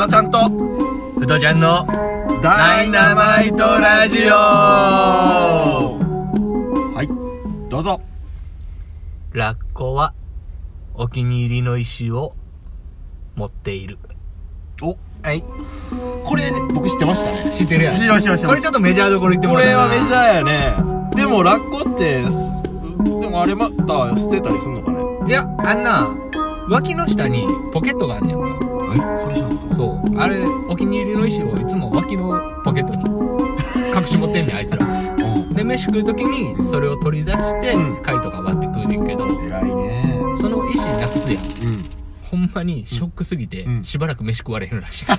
田ちゃんとふとちゃんのダイナマイトラジオ。はい、どうぞ。 ラッコはお気に入りの石を持っている。 お、 はい。 これ、ね、僕知ってましたね。 知ってるやん。 知ってました。 これちょっとメジャーどころ言ってもこらったれはメジャーやね。でもラッコってでもあれまた捨てたりすんのかね。 いや、あんな脇の下にポケットがあんねんか。 それじゃんと。 そう。あれ、お気に入りの石をいつも脇のポケットに隠し持ってんねん、あいつら。で、飯食うときにそれを取り出して、貝とか割って食うねんけど、 偉いね。 その石なくすやん。 うん。 ほんまにショックすぎて、しばらく飯食われへんらしい。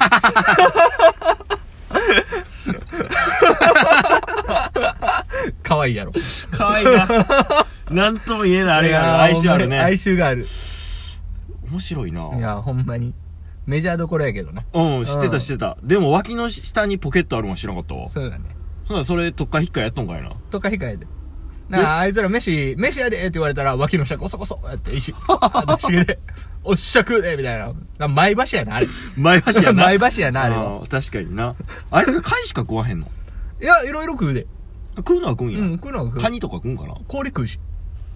かわいいやろ。 かわいいな。なんとも言えないあれがある。哀愁あるね。 哀愁がある。 面白いな。 いや、ほんまに。メジャーどころやけどな。 うん、知ってた。でも脇の下にポケットあるもん知らなかったわ。 そうだね。 ほな、それ、とっかひっかやっとんかいな。 とか控えで。なあ、あいつら飯やでって言われたら、脇の下コソコソやって石、出してで、おっしゃ食うでみたいな。前橋やな、あれ。 前橋やな。 前橋やな、あれは。 確かにな。あいつら貝しか食わへんの？ いや、いろいろ食うで。 食うのは食うんや。 うん、食うのは食う。 カニとか食うんかな？ 氷食うし。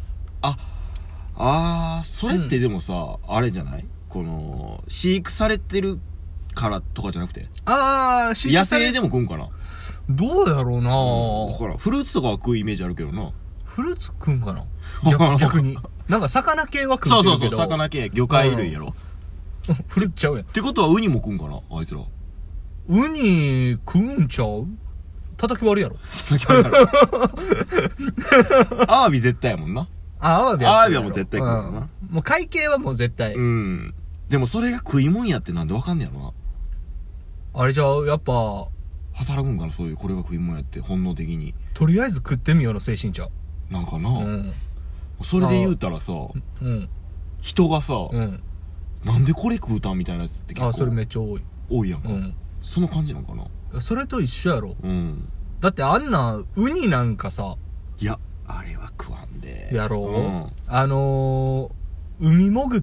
それってでもさ、あれじゃない？この、飼育されてるからとかじゃなくて？ 野生でも食うんかな？ どうやろうなだから、フルーツとかは食うイメージあるけどな。 フルーツ食うんかな逆に。なんか魚系は食うけど。 そう、魚系、魚介類やろ。 フルーツちゃうやん。 ってことはウニも食うんかなあいつら。 ウニ食うんちゃう？叩き割るやろ。 アワビ絶対やもんな。 アワビはもう絶対食うよな。 もう海系はもう絶対。 うん。でもそれが食いもんやってなんでわかんねやろな。 あれじゃあ、やっぱ、 働くんかな、そういう、これが食いもんやって本能的に。 とりあえず食ってみようの精神ちゃう。 なんかな、それで言うたらさ、人がさ、なんでこれ食うたんみたいなやつって結構それめっちゃ多い。 多いやんか。その感じなんかな。 それと一緒やろ。だってあんな、ウニなんかさ、 いや、あれは食わんで。 やろう、海潜って、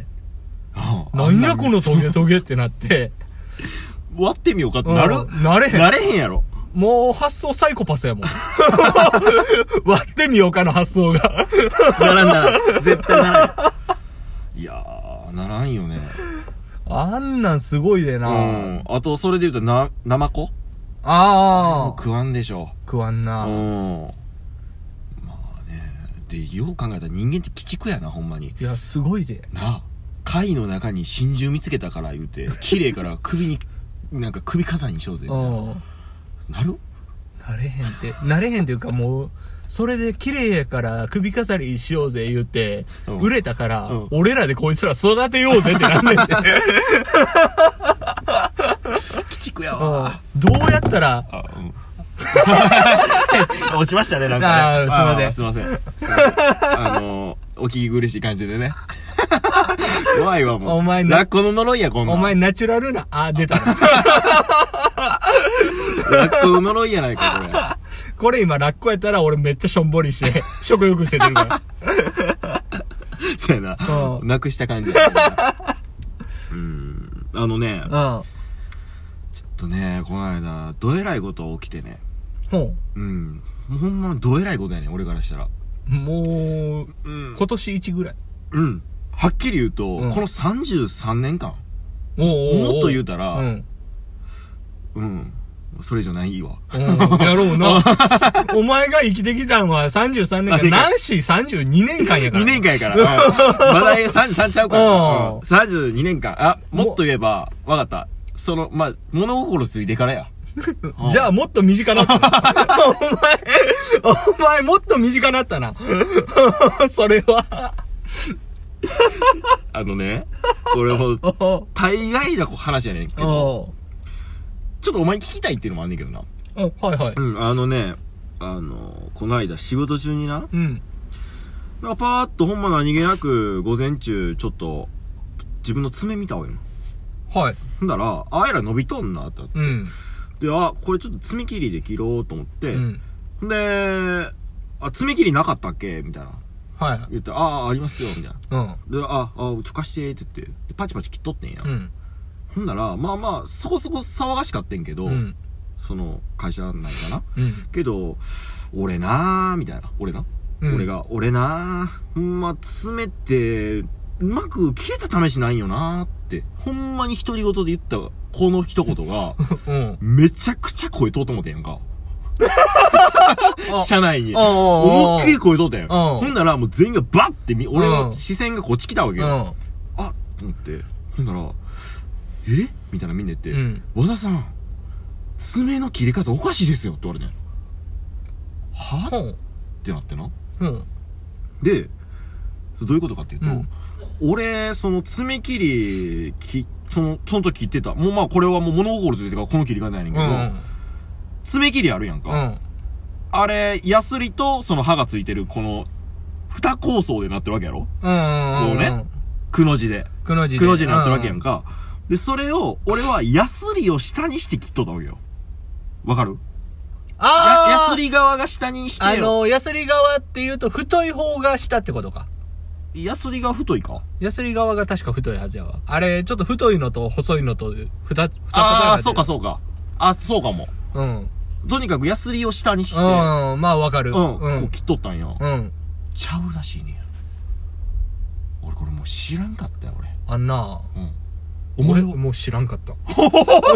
なんやこのトゲトゲってなって、 割ってみようかってなる？ なれへんやろ。 もう発想サイコパスやもん。割ってみようかの発想が。 ならん。絶対ならん。いやー、ならんよね。 あんなんすごいでな。 あと、それで言うと、ナマコ？ もう食わんでしょ。 食わんな。 まあね。で、よう考えたら人間って鬼畜やな、ほんまに。 いや、すごいで。 なあ。貝の中に真珠見つけたから言うて、綺麗からなんか首飾りにしようぜ。なる？ なれへんっていうかもう、それで綺麗やから首飾りしようぜ言うて、売れたから、俺らでこいつら育てようぜってなんねんて。 鬼畜やわ。 どうやったら、 落ちましたね、なんかね。 すいません。 お聞き苦しい感じでね。怖いわ、もう。 お前ラッコの呪いや、こんなん。 お前ナチュラルな、出たな。 ラッコの呪いやないか、これ。 これ今ラッコやったら俺めっちゃしょんぼりして、食欲捨ててるから。 そうやな。なくした感じやな。ちょっとね、この間、どえらいこと起きてね。もうほんまどえらいことやねん、俺からしたら。 もう、今年1ぐらい。 はっきり言うと、この33年間。もっと言うたら、それ以上ないわ。 やろうな。お前が生きてきたのは33年間。何し32年間やから。 2年間やから。まだ33ちゃうから。32年間。もっと言えば、わかった。物心ついてからや。 じゃあもっと身近なったな。お前もっと身近なったな。それは。 これも、大概な話やねんけど、ちょっとお前に聞きたいっていうのもあんねんけどな。 はいはい。 この間仕事中にな、パーッとほんま何気なく午前中ちょっと自分の爪見たわよ。 はい。 ほんだら、あえら伸びとんなってなって。で、これちょっと爪切りで切ろうと思って、で、爪切りなかったっけみたいな。 はい。 言って、ありますよ、みたいな。で、貸してって言って、パチパチ切っとってんや。 ほんなら、まあまあ、そこそこ騒がしかってんけど、その、会社内かな。けど、俺なー、みたいな。俺な。俺なー、ほんま、詰めて、うまく切れた試しないよなーって、ほんまに独り言で言ったこの一言が、めちゃくちゃ声通ってもてんやんか。社内に。思いっきり声通ったやん。ほんならもう全員がバッて俺の視線がこっち来たわけよ。あっと思って。ほんなら、みたいなみんな言って、和田さん、爪の切り方おかしいですよって言われて。はってなってな。で、どういうことかっていうと、俺、その爪切り、その時切ってた。もうまあこれはもう物心ついてからこの切り方やねんけど、爪切りあるやんか。あれ、ヤスリとその刃がついてるこの、二構想でなってるわけやろ。こうね。くの字で。くの字になってるわけやんか。で、それを、俺はヤスリを下にして切っとったわけよ。わかる？ヤスリ側が下にして。 ヤスリ側って言うと太い方が下ってことか。 ヤスリ側太いか？ ヤスリ側が確か太いはずやわ。あれ、ちょっと太いのと細いのと二つそうか。そうかも。とにかくヤスリを下にして。 まあわかる。 こう切っとったんや。ちゃうらしいね。俺これもう知らんかったよ、俺。 あんなお前もう知らんかった。 嬉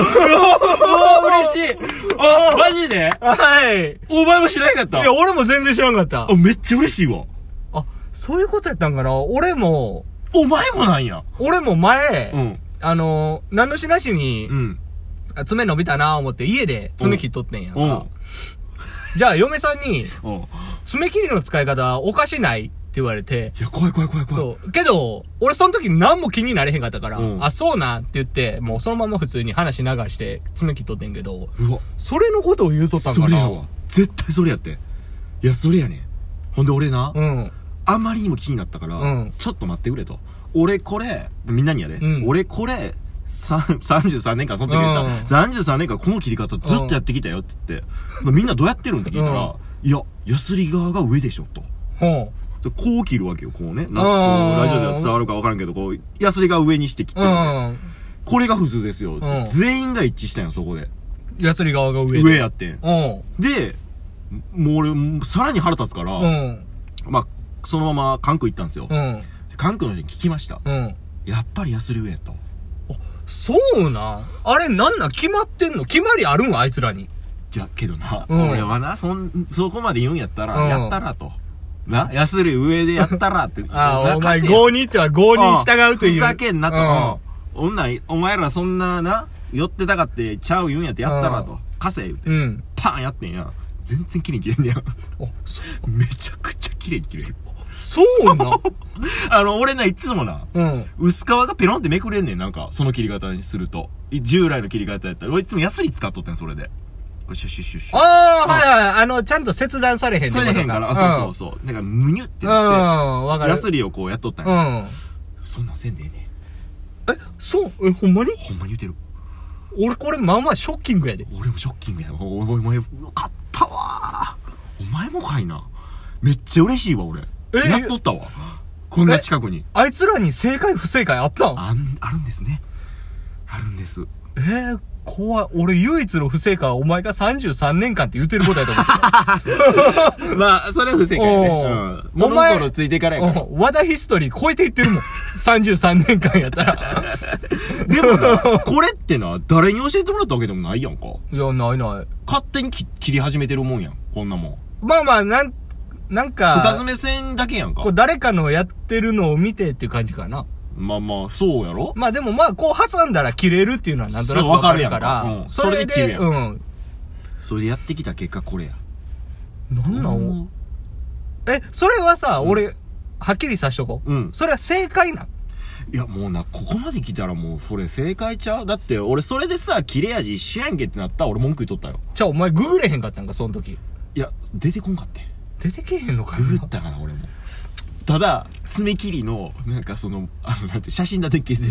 しい。マジで？ はい。 お前も知らんかった？ いや、俺も全然知らんかった。 めっちゃ嬉しいわ。 そういうことやったんかな。俺も。 お前もなんや。 俺も前、何のしなしに、爪伸びたなぁ思って家で爪切っとってんやんか。じゃあ嫁さんに、爪切りの使い方おかしないって言われて。 いや、怖い。 そう。けど、俺その時何も気になれへんかったから、あ、そうなって言って、もうそのまま普通に話流して爪切っとってんけど、それのことを言うとったんかな。 それやわ。絶対それやって。いや、それやねん。ほんで俺な、あまりにも気になったから、ちょっと待ってくれと。俺これ、みんなにやで。俺これ、33年間、その時言った。33年間この切り方ずっとやってきたよって言って、みんなどうやってるんって聞いたら、いや、ヤスリ側が上でしょ、と。こう切るわけよ、こうね。ラジオでは伝わるか分からんけど、こう、ヤスリ側上にして切ってる。これが普通ですよ。全員が一致したんよ、そこで。 ヤスリ側が上やってん。で、もう俺、さらに腹立つから、まあ、そのまま関空行ったんですよ。関空の人に聞きました。やっぱりヤスリ上やと。 そうな。あれ決まってんの？決まりあるんあいつらに。 じゃ、けどな、俺はな、そこまで言うんやったら、やったらと。ヤスリ上でやったらって。 お前5にっては5に従うという。 ふざけんなと。お前らそんなな、寄ってたかってちゃう言うんやってやったらと。稼い言うて。パンやってんや。全然綺麗に切れんねや。めちゃくちゃ綺麗に切れる。 そうな。 俺な、いつもな、薄皮がペロンってめくれんねん、なんか、その切り方にすると。従来の切り方やったら、俺いつもヤスリ使っとってん、それで。シュッシュッシュッシュッ。 はい。ちゃんと切断されへんってことか。 されへんから、そう。なんか、むにゅってなって、ヤスリをこうやっとったんや。そんなんせんでええねん。ほんまに？ ほんまに言うてる。 俺これまあまあショッキングやで。 俺もショッキングや。お前、よかったわー。お前もかいな。めっちゃ嬉しいわ、俺。やっとったわ。こんな近くに。 あいつらに正解不正解あったん？ あるんですね。あるんです。 怖い。俺唯一の不正解はお前が33年間って言ってることやと思ってた。まあ、それは不正解やね。物心ついてからやから。 和田ヒストリー超えていってるもん。33年間やったら。 でもな、これってな、誰に教えてもらったわけでもないやんか。 いや、ない。 勝手に切り始めてるもんやん。こんなもん。 まあまあ、なんか。 深爪線だけやんか。 こう誰かのやってるのを見てっていう感じかな。 まあまあ、そうやろ？ まあでもまあ、こう挟んだら切れるっていうのはなんとなくわかるから。 それで切るやん。それでやってきた結果これや。 なんなんそれはさ、俺、はっきりさしとこう。それは正解なん？ いや、もうな、ここまで来たらもう、それ正解ちゃう？だって、俺それでさ、切れ味一緒やんけってなったら俺文句言っとったよ。 じゃあお前ググれへんかったんか、その時。 いや、出てこんかって。 出てけへんのかな？ ググったかな、俺も。ただ、爪切りの、なんかその、なんて、写真だけ出て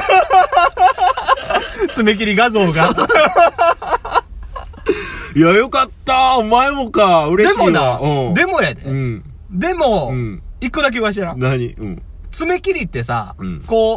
爪切り画像が。 いや、よかったお前もか嬉しいわ。 でもやで。でも、一個だけ言わしてな。 何？ 爪切りってさ、こう、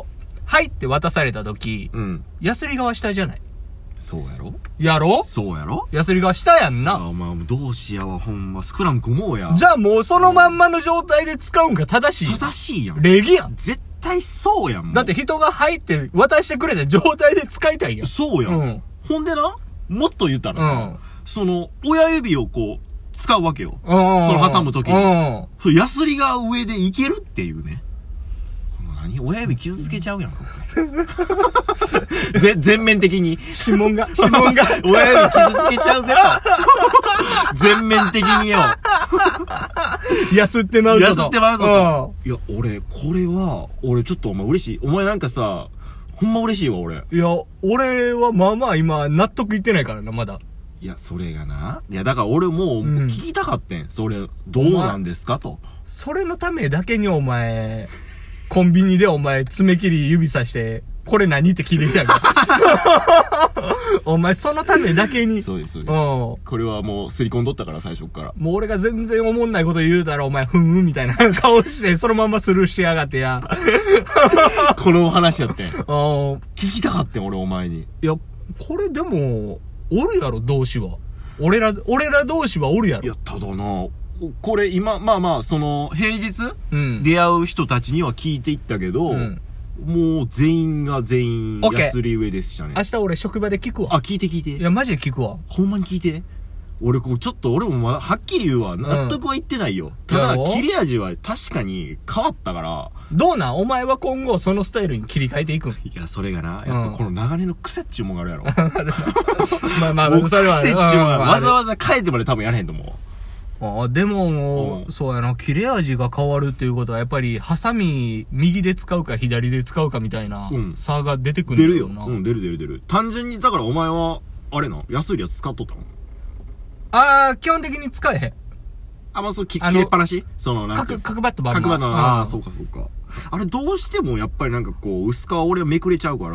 はいって渡された時、ヤスリ側下じゃない？ そうやろ？ やろ？ そうやろ？ ヤスリ側下やんな。 お前どうしやわ、ほんま。スクラム組もうや。 じゃあもうそのまんまの状態で使うんが正しい。 正しいやん。 礼儀やん。 絶対そうやん。 だって人がはいって渡してくれた状態で使いたいやん。 そうやん。ほんでな、もっと言ったら、親指をこう、使うわけよ。その挟むときに。ヤスリが上でいけるっていうね。何？親指傷つけちゃうやんか、これ。全面的に。 指紋が。 親指傷つけちゃうぜと。全面的によ。 やすってまうぞと。 やすってまうぞと。いや、俺ちょっとお前嬉しい。お前なんかさ、ほんま嬉しいわ、俺。 いや、俺はまあまあ今、納得いってないからな、まだ。 いや、それがな。いや、だから俺もう聞きたかってん。それ、どうなんですかと。 それのためだけにお前、コンビニでお前、爪切り指さして、これ何って聞いてきたんか。お前、そのためだけに。 そうです、そうです。これはもう、すり込んどったから、最初から。 もう俺が全然思んないこと言うたら、お前、ふんみたいな顔して、そのままスルーしやがってや。 この話やってん。聞きたかってん、俺、お前に。 いや、これでも、おるやろ、同志は。俺ら同士はおるやろ。 いや、ただな、これ今、まあまあ、その、平日、出会う人たちには聞いていったけど、もう全員が全員、ヤスリ上でしたね。 明日俺職場で聞くわ。 聞いて。 いや、マジで聞くわ。 ほんまに聞いて。俺もまだ、はっきり言うわ。納得はいってないよ。ただ、切れ味は確かに変わったから。 どうなん？お前は今後そのスタイルに切り替えていくん？いや、それがな、やっぱこの長年の癖っちゅうもんがあるやろ。 まあ、 それは。癖っちゅうもんがわざわざ変えてまで多分やれへんと思う。 でも、そうやな、切れ味が変わるっていうことは、やっぱり、ハサミ、右で使うか左で使うかみたいな、差が出てくるんだよな。 出る。単純に、だからお前は、あれな、安いやつ使っとったの？ 基本的に使えへん。 まあ、そう、切れっぱなし？ 角張ったまんま。 角張ったそうか。あれ、どうしても、やっぱりなんかこう、薄皮俺はめくれちゃうから、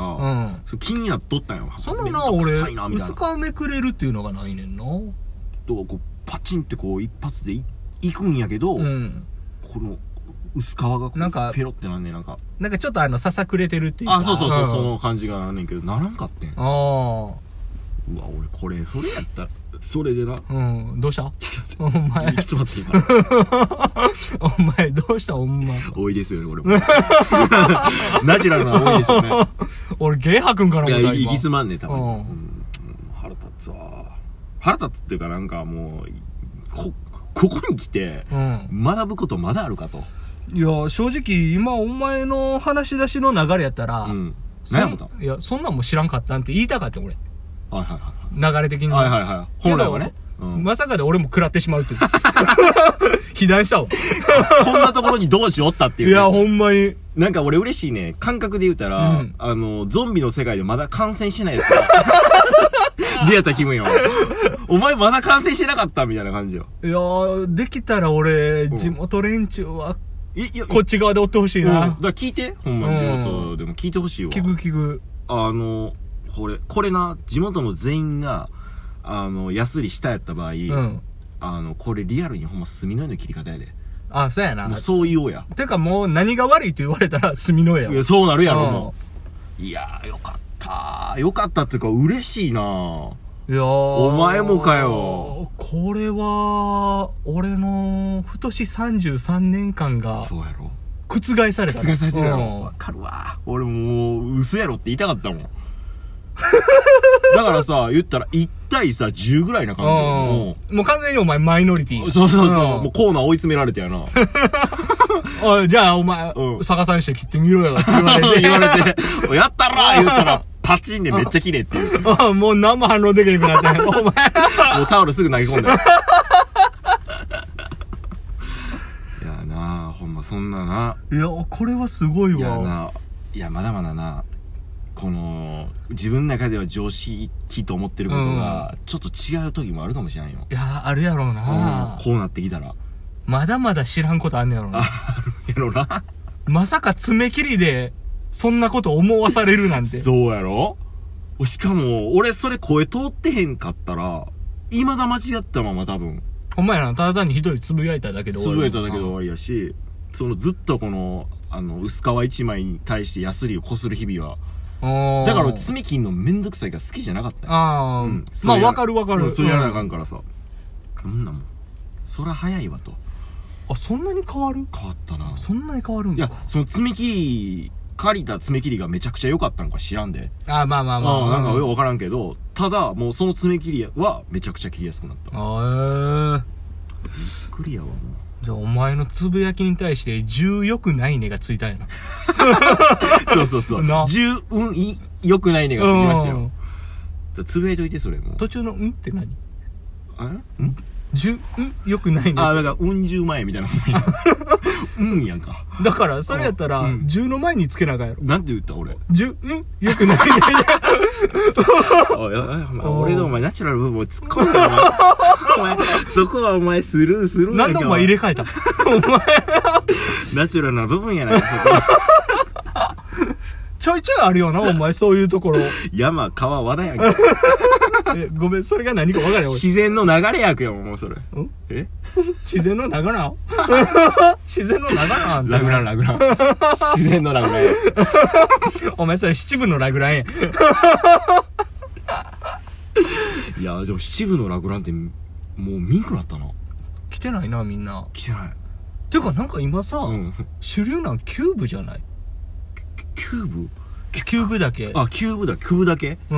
気になっとったんよ。 そのな、俺、薄皮めくれるっていうのがないねんな。 こう、パチンってこう一発でいくんやけど、この薄皮がこうペロってなんね、なんかちょっとささくれてるっていうか。 そう、その感じがなんねんけど、ならんかってん。うわ、俺これ、それやったら、それでな。 どうしたお前。 ちょっと待って今。お前、どうしたお前。 多いですよね、俺も。ナチュラルな多いでしょうね。 俺、ゲー吐くんかな、 いや、いきすまんね、たまに。腹立つわ。腹立つっていうかなんかもう、ここに来て、学ぶことまだあるかと。 いや、正直、今お前の話し出しの流れやったら、いや、そんなんも知らんかったんって言いたかった俺。流れ的に。 本来はね。 まさかで俺も食らってしまうっていう。被弾したわ。 こんなところに同志おったっていう。 いや、ほんまに。 なんか俺嬉しいね。感覚で言うたら、ゾンビの世界でまだ感染してないやつが出会った気分よ。お前まだ完成してなかったみたいな感じよ。 いやー、できたら俺、地元連中は、こっち側でおってほしいな。 だから聞いて。ほんまに地元でも聞いてほしいわ。 聞く。 これな、地元の全員が、ヤスリ下やった場合、これリアルにほんま墨の絵の切り方やで。 そうやな。 もうそう言おうや。 てかもう何が悪いと言われたら墨の絵や。 いや、そうなるやろ、もう。いやー、よかった。よかったっていうか、嬉しいないやー。 お前もかよ。 これは、俺の、ふとし33年間が、 そうやろ。 覆された。 覆されてるやろ。わかるわ。俺もう、嘘やろって言いたかったもん。だからさ、言ったら1対さ、10ぐらいな感じもう完全にお前マイノリティ。 そう。もうコーナー追い詰められてやな。 じゃあお前、逆さにして切ってみろよって言われて。 やったら言ったら、パチンでめっちゃ綺麗っていう。 もう何も反応できなくなって。お前。もうタオルすぐ投げ込んで。いやなほんまそんなな。 いや、これはすごいわ。 いや、まだまだな。この、自分の中では常識と思ってることが、ちょっと違う時もあるかもしれんよ。 いや、あるやろうな。 こうなってきたら。 まだまだ知らんことあんねやろな。 あるやろな。 まさか爪切りで、そんなこと思わされるなんて。 そうやろ？しかも、俺それ声通ってへんかったら、未だ間違ったまま多分。 お前らただ単に一人つぶやいただけで終わりやし、ずっとこの、 薄皮一枚に対してヤスリをこする日々は。だから爪切んのめんどくさいが好きじゃなかったよ。 ああ、うん、まあわかるわかる。 それやらなあかんからさ。そんなもん。そら早いわと。 あ、そんなに変わる？ 変わったな。 そんなに変わるんだ。 いや、その爪切り、借りた爪切りがめちゃくちゃ良かったのか知らんで。 ああ、まあまあまあ。 なんかよくわからんけど、ただ、もうその爪切りはめちゃくちゃ切りやすくなった。びっくりやわ、もう。 じゃあお前のつぶやきに対して10良くないねがついたんやな。 そうそうそう。10良くないねがつきましたよ。つぶやいといて、それも。 途中のんって何？ ん良くないね。 だから10前みたいなもんやんか。 だから、それやったら、10の前につけなあかんやろ。 なんて言った俺。 良くないね。 俺のお前ナチュラル部分を突っ込んだよ。お前、そこはお前スルーするんやん。なんでお前入れ替えたお前。 ナチュラルな部分やないか、そこ。 ちょいちょいあるよな、お前、そういうところ。 山、川、和田やんけ。 ごめん、それが何か分かれよ。 自然の流れやくよ、もうそれ。 自然の流れ自然の流れラグラン。自然のラグラン。 お前、それ七分のラグランや。 いや、でも七分のラグランって、もう見んくなったな。 来てないな、みんな。 来てない。 てか、なんか今さ、主流なんキューブじゃない？ キューブだけ。 キューブだけうん。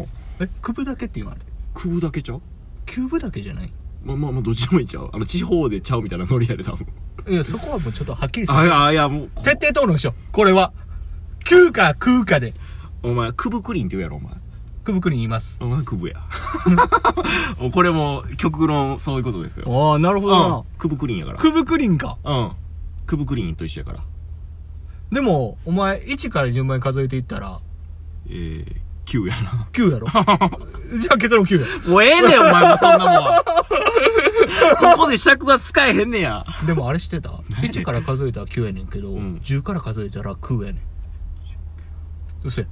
クブだけって言われる。 クブだけちゃう？ キューブだけじゃない？ まあ、どっちでもいいちゃう。地方でちゃうみたいなノリやで、多分。 いや、そこはもうちょっとはっきりする。いや、もう。徹底討論しよう。これは。キューかクーかで。 お前、クブクリンって言うやろ、お前。 クブクリン言います。 お前、クブや。もうこれも、極論、そういうことですよ。 ああ、なるほどな。 クブクリンやから。 クブクリンか。 クブクリンと一緒やから。 でも、お前、1から順番に数えていったら、 9やな。 9やろ。じゃあ結論9や。 もうええねん、お前はそんなもん。ここで尺が使えへんねや。 でもあれ知ってた？ 1 から数えたら9やねんけど、10から数えたら9やねん。うせや。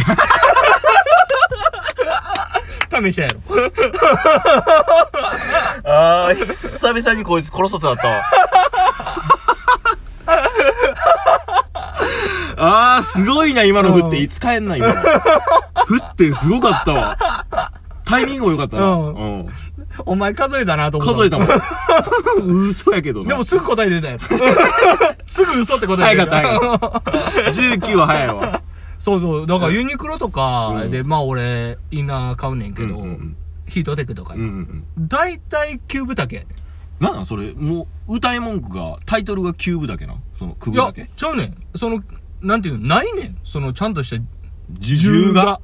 試したやろ。 久々にこいつ殺そうとなったわ。すごいな、今の振って。いつ帰んない今の。振ってすごかったわ。タイミングも良かったな。 お前数えたなと思った。 数えたもん。嘘やけどな。 でもすぐ答え出たやろ。すぐ嘘って答え出た。 早かった。19は早いわ。 そうそう。だからユニクロとかで、まあ俺、インナー買うねんけど、ヒートテックとかに。だいたいキューブ丈。 なんそれ、もう、歌い文句が、タイトルがキューブだけな。その、クブだけ。 いや、ちゃうねん。なんていうの、ないねん。ちゃんとした、銃が。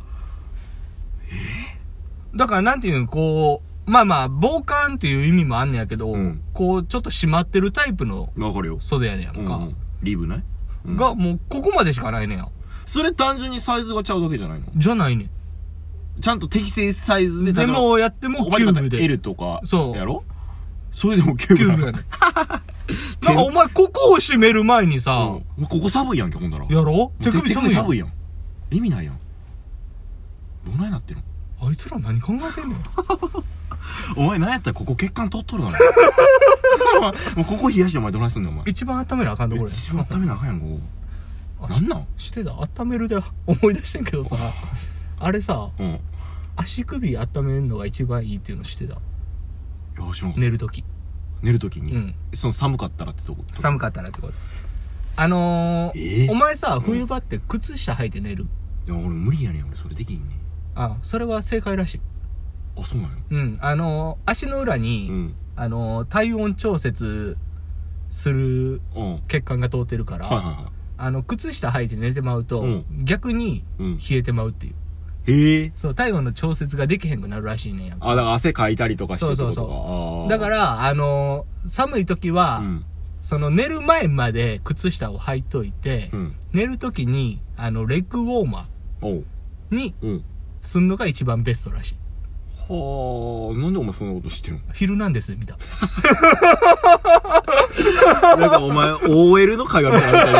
だからなんていうの、こう、まあまあ、防寒っていう意味もあんねやけど、こう、ちょっと締まってるタイプの、袖やねんか。 リーブね。 が、もう、ここまでしかないねや。 それ単純にサイズがちゃうだけじゃないの？ じゃないねん。 ちゃんと適正サイズで、 でもやってもキューブで。 L とか、 そう。 やろ？それでもキューブやねん。 なんかお前、ここを締める前にさ、 ここ寒いやんけ、ほんだら。 やろ？ 手首寒いやん。意味ないやん。どないなってるの？あいつら何考えてんの？ お前何やったらここ血管取っとるがな。もうここ冷やしてお前どないすんねんお前。 一番温めなあかんところや。 一番温めなあかんやん、ここ。なんなん？ してた。温めるで思い出してんけどさ、あれさ、足首温めるのが一番いいっていうの知ってた？寝るとき。 寝るときに、その寒かったらってとこ？ 寒かったらってこと。お前さ、冬場って靴下履いて寝る？ いや、俺無理やねん、俺それできんねん。 それは正解らしい。 あ、そうなの？足の裏に、体温調節する血管が通ってるから、靴下履いて寝てまうと、逆に冷えてまうっていう。そう、体温の調節ができへんくなるらしいねんやんか。 だから汗かいたりとかしてるってことか。 そうだから、寒い時は、寝る前まで靴下を履いといて、寝る時に、レッグウォーマーに、すんのが一番ベストらしい。 なんでお前そんなこと知ってるの？ ヒルナンデスで見た。 なんかお前、OL の会話みたいな。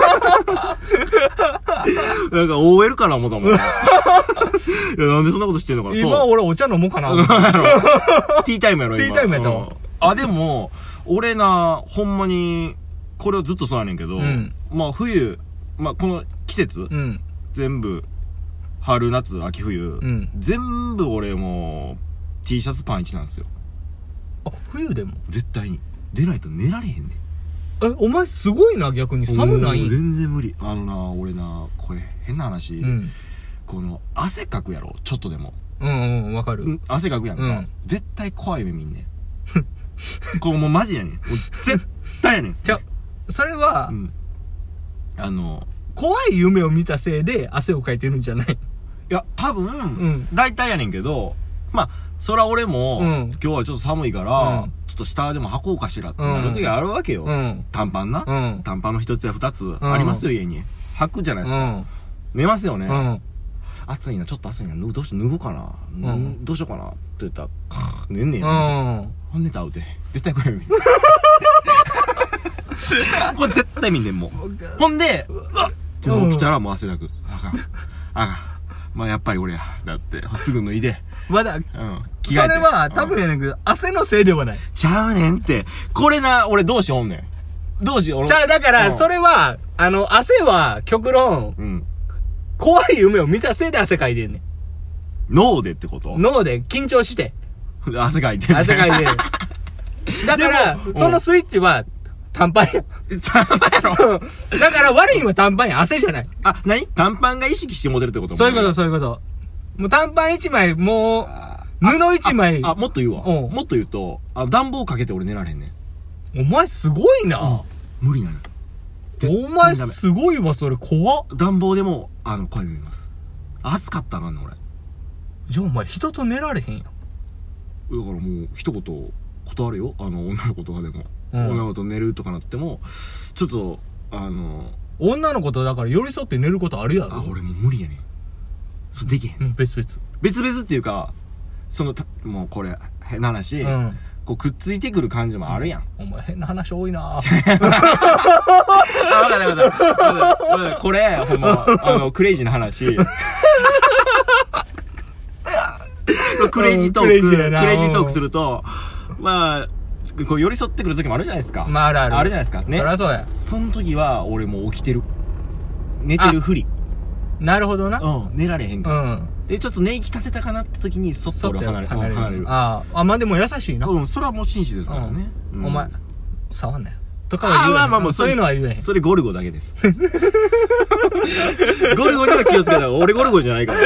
なんか OL かな思ったもん。いや、なんでそんなこと知ってんのかな。 今俺お茶飲もうかな。 ティータイムやろ、今。 ティータイムやったわ。 でも、俺な、ほんまに、 これはずっとそうやねんけど、まあ冬、まあこの季節、全部、春、夏、秋、冬、全部俺もう T シャツパン1なんですよ。 あ、冬でも絶対に。出ないと寝られへんねん。 お前すごいな、逆に。寒ない？ 全然無理。俺な、これ変な話、この汗かくやろ、ちょっとでも。 わかる。 汗かくやんか。絶対怖い夢見んねん。これもうマジやねん。もう絶対やねん。 それは、怖い夢を見たせいで汗をかいてるんじゃない？いや、多分、大体やねんけど、まあ、そら俺も、今日はちょっと寒いから、ちょっと下でも履こうかしらってなる時あるわけよ。短パンな。短パンの一つや二つありますよ、家に。履くじゃないですか。寝ますよね。暑いな、ちょっと暑いな、どうしよう、脱ごうかな。どうしようかなって言ったら、寝んねん。ほんでたうて。絶対これ見る。これ絶対見んねん、もう。ほんで、うわっって起きたらもう汗だく。あかん。まあやっぱり俺や。だって、すぐ脱いで。 まだ、それは多分やねんけど、汗のせいではない。 ちゃうねんって。これな、俺どうしようおんねん。どうしよう。 だから、それは、汗は極論、怖い夢を見たせいで汗かいてんねん。 脳でってこと？ 脳で緊張して。 汗かいてんねん。 汗かいてん。だから、そのスイッチは、短パンや。 短パンやろ。 だから悪いのは短パンや。汗じゃない。 何？短パンが意識してモデルってこと？ そういうこと。もう短パン一枚、もう、布一枚。 もっと言うわ。もっと言うと、暖房かけて俺寝られへんねん。お前すごいな。 無理なの。 お前すごいわ、それ怖っ。 暖房でも、声見ます。暑かったな、俺。 じゃあお前人と寝られへんやん。だからもう、一言、断るよ。女の子とかでも。女の子と寝るとかなっても、ちょっと、 女の子とだから寄り添って寝ることあるやろ。 俺もう無理やねん。そうできへん。 別 々っていうか、もうこれ、変な話、こうくっついてくる感じもあるやん。 お前変な話多いなぁ。 わかった。これ、ほんま、クレイジーな話。クレイジートークすると、まあ、こう寄り添ってくる時もあるじゃないですか。 まあある。 あるじゃないですか。ね。 そりゃそうや。 その時は、俺もう起きてる。寝てるふり。 なるほどな。 寝られへんから。で、ちょっと寝息立てたかなって時に、そっと俺離れる。 まあでも優しいな。 それはもう紳士ですからね。 お前、触んなよ。とかは言うな。まあそういうのは言えへん。 それゴルゴだけです。ゴルゴには気をつけたら、俺ゴルゴじゃないから。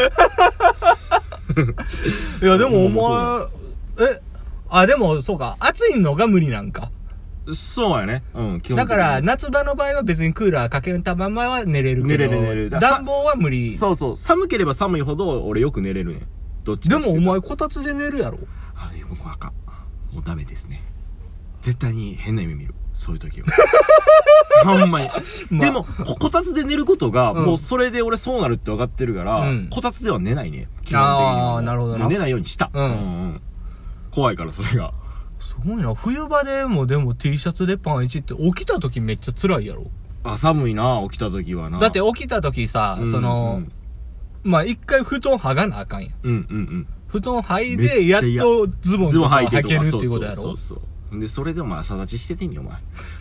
いや、でもお前、でもそうか、暑いのが無理なんか。 そうやね。 基本だから、夏場の場合は別にクーラーかけたままは寝れるけど。寝れる。暖房は無理。 そう。寒ければ寒いほど、俺よく寝れるね。どっちか。でもお前こたつで寝るやろ。 もうあかん。もうダメですね。絶対に変な夢見る。そういう時は。ほんまに。でも、こたつで寝ることが、もうそれで俺そうなるって分かってるから、こたつでは寝ないね。基本的に。 ああ、なるほどな。 寝ないようにした。怖いから、それが。 すごいな。冬場でもでも T シャツでパン1って起きた時めっちゃ辛いやろ。 寒いな、起きた時はな。 だって起きた時さ、まあ、一回布団剥がなあかんやん。布団剥いで、やっとズボンとか履けるっていうことやろ。 そう。で、それでも朝立ちしててみよ、お前。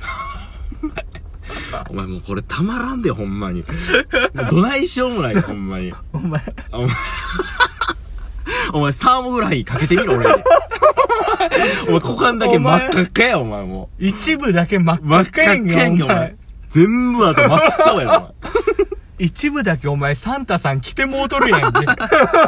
お前もうこれたまらんで、ほんまに。どないしようもない、ほんまに。お前サーモグラフィーかけてみろ、俺。お前股間だけ真っ赤っかや、お前もう。一部だけ真っ赤やんけ、お前。 全部あと真っ青や、お前。 一部だけお前サンタさん来てもうとるやんけ。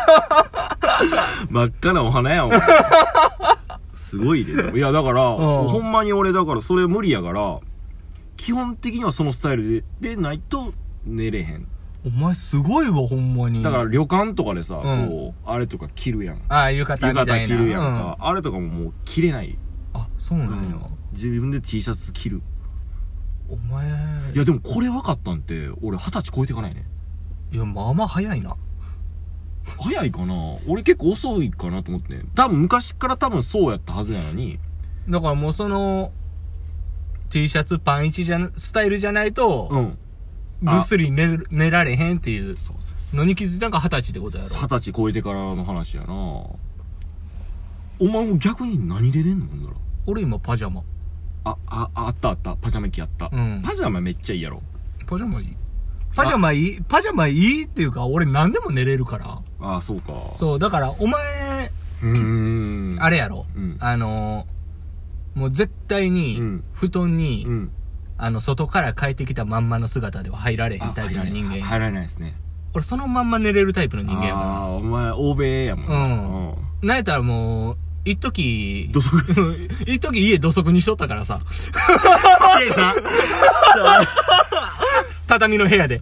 真っ赤なお花や、お前。すごいで。いや、だから、ほんまに俺、だからそれ無理やから、基本的にはそのスタイルでないと寝れへん。 お前すごいわ、ほんまに。 だから旅館とかでさ、こう、あれとか着るやん。 浴衣みたいな。 着るやんか。あれとかももう着れない。 そうなんや。 自分で T シャツ着る。 お前。 いや、でもこれ分かったんて、俺20歳超えてかないね。 いや、まあまあ早いな。 早いかな？俺結構遅いかなと思ってね。多分昔からそうやったはずやのに。 だからもうその、T シャツパン1スタイルじゃないと、ぐっすり寝られへんっていうのに気づいたんが20歳ってことやろ。 20歳超えてからの話やな。お前も逆に何で寝んの？ほんなら。 俺今パジャマ。 あった。パジャマ着やった。パジャマめっちゃいいやろ。 パジャマいいっていうか、俺何でも寝れるから。 あ、そうか。 そう、だから、お前、あれやろ。もう絶対に、布団に、外から帰ってきたまんまの姿では入られへんタイプの人間。 入られないですね。 俺そのまんま寝れるタイプの人間やから。 お前、欧米やもん。 なんやったらもう、一時家土足にしとったからさ。畳の部屋で。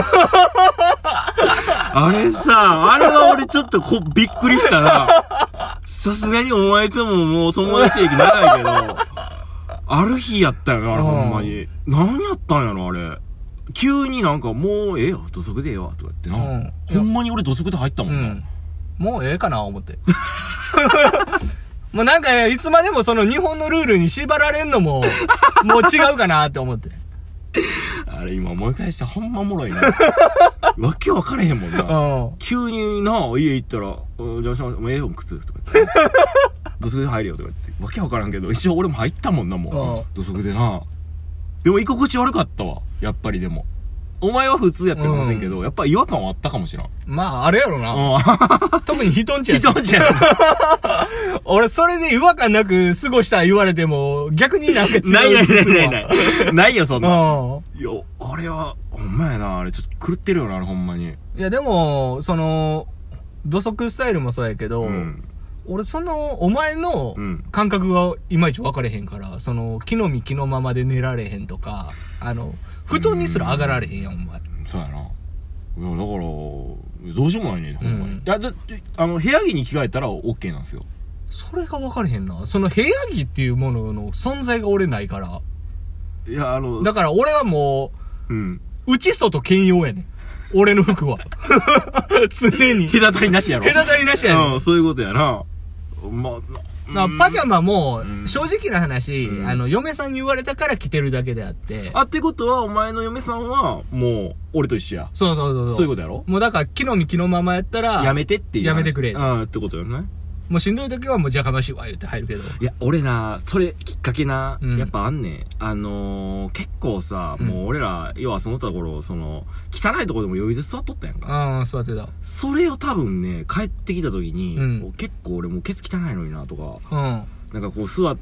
あれは俺ちょっとびっくりしたな。さすがにお前とももう友達歴長いけど、ある日やったよな、あれほんまに。何やったんやろ、あれ。急になんかもうええよ、土足でええわ、とか言ってな。ほんまに俺土足で入ったもんな。 もうええかな、思って。もうなんか、いつまでもその日本のルールに縛られんのも、もう違うかなって思って。 あれ今思い返したらほんまおもろいな。わけ分かれへんもんな。急にな、家行ったら、じゃあしまええよ、靴とか言って。土足で入れよとか言って。わけ分からんけど、一応俺も入ったもんな、もう。土足でな。でも居心地悪かったわ。やっぱりでも。お前は普通やったかもしれんけど、やっぱ違和感はあったかもしらん。 まあ、あれやろな。特に人んちやし。 人んちやし。 俺、それで違和感なく過ごした言われても、逆になんか違う。 ないよ、そんな。いや、あれは、ほんまやな。あれ、ちょっと狂ってるよな、あれ、ほんまに。 いや、でも、土足スタイルもそうやけど、俺お前の感覚がいまいち分かれへんから、木の実木のままで寝られへんとか、布団にすら上がられへんやん、お前。 そうやな。いや、だから、どうしようもないね、ほんまに。いや、だって、部屋着に着替えたら OK なんですよ。 それが分かれへんな。部屋着っていうものの存在が俺ないから。 いや、 だから俺はもう、内外兼用やねん。俺の服は。常に。 隔たりなしやろ。 隔たりなしやねん。 そういうことやな。 パジャマも、正直な話、嫁さんに言われたから着てるだけであって。 ってことは、お前の嫁さんは、もう、俺と一緒や。 そう。 そういうことやろ？ もうだから、木の実木のままやったら、 やめてっていう。 やめてくれ。 ってことよね。 もうしんどい時はもうじゃかましいわ言って入るけど。 いや、俺な、それきっかけな、やっぱあんねん。結構さ、もう俺ら、要はその他頃、汚いとこでも余裕で座っとったやんか。 座ってた。 それを多分ね、帰ってきた時に、結構俺もうケツ汚いのになとか、なんかこう座って、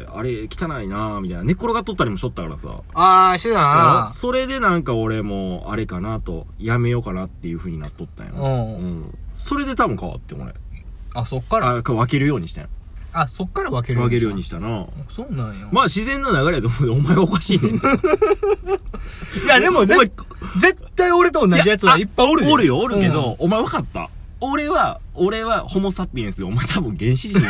あれ汚いなみたいな、寝っ転がっとったりもしとったからさ。 してたな。 それでなんか俺も、あれかなと、やめようかなっていう風になっとったんや。それで多分変わって、俺。 そっから分けるようにしたん。 そっから分けるようにしたな。 そうなんや。 まあ自然な流れやと思うけど、お前がおかしいねん。いやでも絶対俺と同じやつはいっぱいおるよ。 おるけど、お前分かった。俺はホモサピエンスで、お前多分原始人。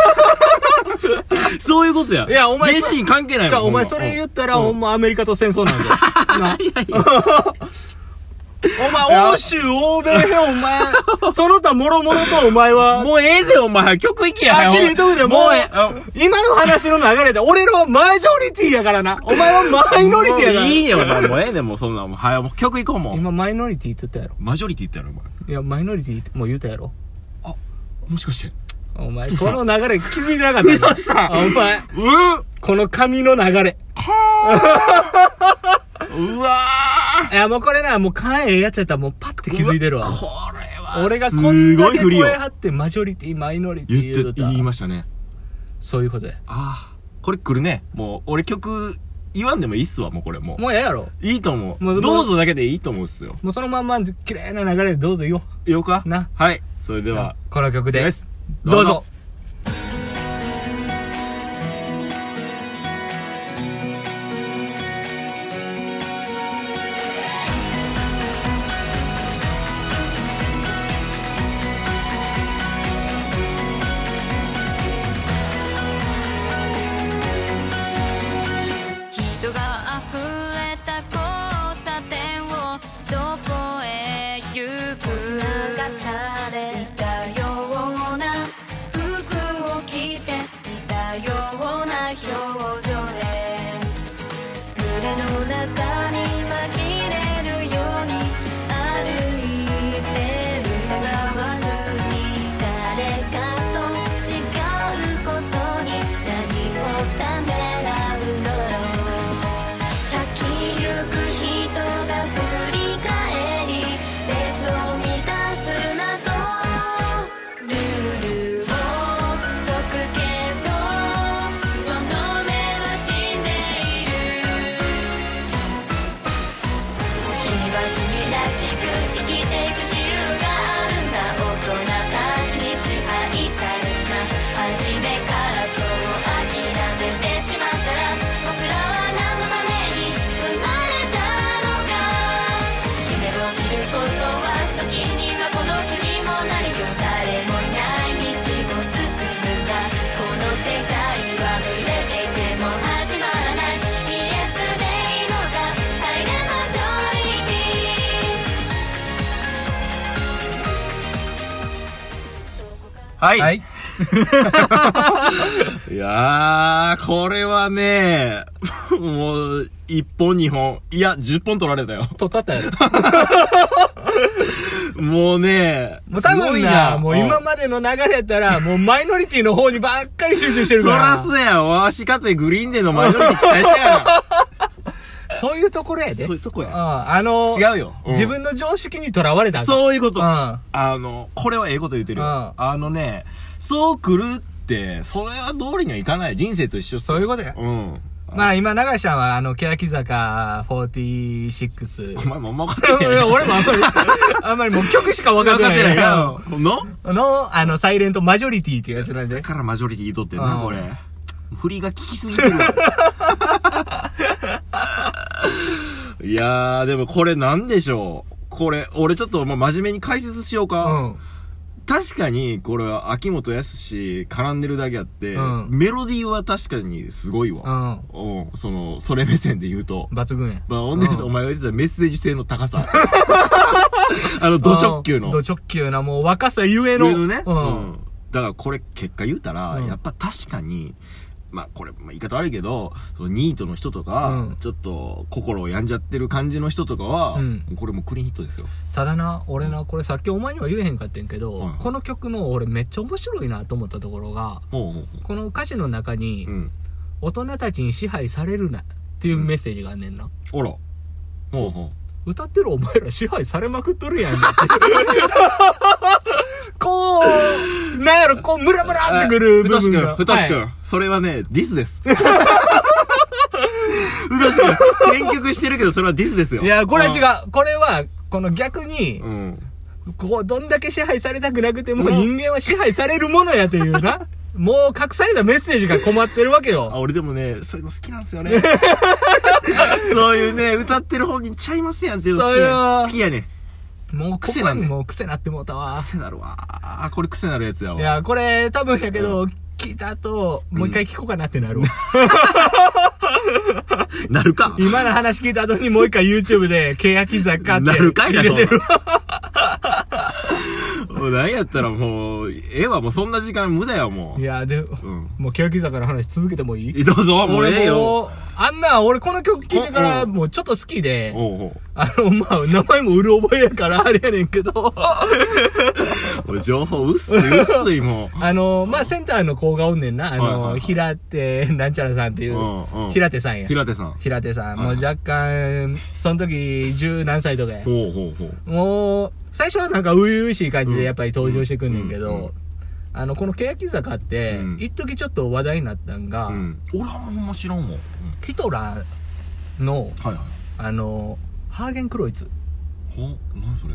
そういうことや。 いや、お前。 原始人関係ないもん。 じゃあお前それ言ったら、ほんまアメリカと戦争なんだよ。いや。お前、欧州、欧米編、お前、その他もろもろとお前は。 もうええで、お前、曲行きや。 はっきり言うとくで、もう、今の話の流れで、俺のマジョリティやからな。お前はマイノリティやから。 いいよ、お前、もうええで、もうそんな、もう曲行こうもん。 今、マイノリティって言ったやろ。 マジョリティって言ったやろ、お前。 いや、マイノリティもう言ったやろ。 もしかして。 お前、この流れ気づいてなかったな。お前、この髪の流れ。 うわいや、もうこれな、もう勘ええやつやったらもうパッて気づいてるわ。 これは、 俺がこんだけ声張ってマジョリティ、マイノリティ言いましたね。 そういうことや。 これ来るね。もう、俺曲言わんでもいいっすわ、もうこれもう。 もうええやろ。 いいと思う。どうぞだけでいいと思うっすよ。 もうそのまんま綺麗な流れでどうぞ言おう。 言おうかな。 はい。それでは、 この曲で。どうぞ。 流されたようなはい。はい。いやー、これはね、もう、1本2本、いや、10本取られたよ。 取ったやろ。 もうね、 もう多分な、もう今までの流れやったら、もうマイノリティの方にばっかり集中してるから。 そらそうや、わしかてグリーンデーのマイノリティ期待したやな。 そういうところやで。 そういうとこや。 違うよ。自分の常識にとらわれた。 そういうこと。これはええこと言ってるよ。そう来るって、それは通りにはいかない。人生と一緒っす。 そういうことや。まあ今、長井さんは欅坂46。 お前も分かってない。 俺もあんまりもう曲しか分かってない。分かってない。の、サイレントマジョリティっていうやつなんで。 だからマジョリティ言うとってんな、これ。振りが効きすぎてるわ。いやー、でもこれなんでしょう。これ、俺ちょっと真面目に解説しようか。確かに、これは秋元康絡んでるだけあって、メロディーは確かにすごいわ。それ目線で言うと。 抜群や。 お前が言ってたメッセージ性の高さ。ド直球の。 ド直球な、もう若さゆえの。 ね。だからこれ結果言うたら、やっぱ確かに、まあこれ、言い方悪いけど、ニートの人とか、ちょっと心を病んじゃってる感じの人とかは、これもクリーンヒットですよ。 ただな、俺な、これさっきお前には言えへんかってんけど、この曲の俺めっちゃ面白いなと思ったところが、この歌詞の中に、大人たちに支配されるなっていうメッセージがあんねんな。 あら。 歌ってるお前ら支配されまくっとるやん。こう、なんやろ、こう、ムラムラってくる部分が。 ふとしくん、それはね、ディスです。ふとしくん、選曲してるけど、それはディスですよ。 いや、これは違う。これは、この逆に、こう、どんだけ支配されたくなくても、人間は支配されるものやというな。もう隠されたメッセージが困ってるわけよ。 俺でもね、そういうの好きなんですよね。そういうね、歌ってる本人ちゃいますやんっていうの好きやね。 もう癖なんで。もう癖なってもうたわ。 癖なるわ。これ癖なるやつやわ。 いや、これ多分やけど、聞いた後、もう一回聞こうかなってなるわ。 なるか。 今の話聞いた後にもう一回 YouTube で、欅坂ってなるかいな入れてる。 もう何やったらもう、もうそんな時間無駄やもう。 いや、で、もう欅坂の話続けてもいい？ どうぞ、もうええよ。 俺この曲聴いてからもうちょっと好きで、名前もうる覚えやからあれやねんけど。 情報薄いもう。センターの子がおんねんな。平手なんちゃらさんっていう、平手さんや。 平手さん。 もう若干、その時十何歳とかや。もう、最初はなんか初々しい感じでやっぱり登場してくんねんけど、この欅坂って、一時ちょっと話題になったんが、 俺はもちろんも。 ヒトラーの、ハーゲンクロイツ。 何それ？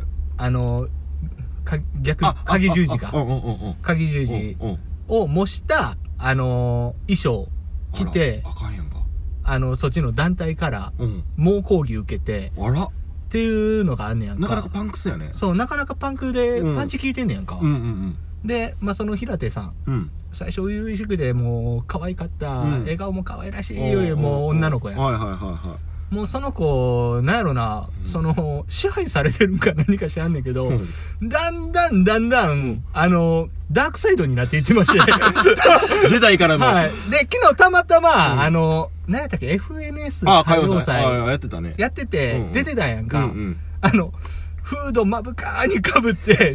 鍵十字か。鍵十字を模した衣装着て、そっちの団体から猛抗議受けて、っていうのがあんねやんか。 なかなかパンクスやね。 そう、なかなかパンクでパンチ効いてんねやんか。で、その平手さん、最初初々しくてもう可愛かった、笑顔も可愛らしいもう女の子やん。もうその子、なんやろな、支配されてるんか何か知らんねんけど、だんだん、ダークサイドになっていってまして。 時代からの。 はい。で、昨日たまたま、何やったっけ、FNS 歌謡祭。やってたね。 やってて、出てたやんか。フード目深に被って、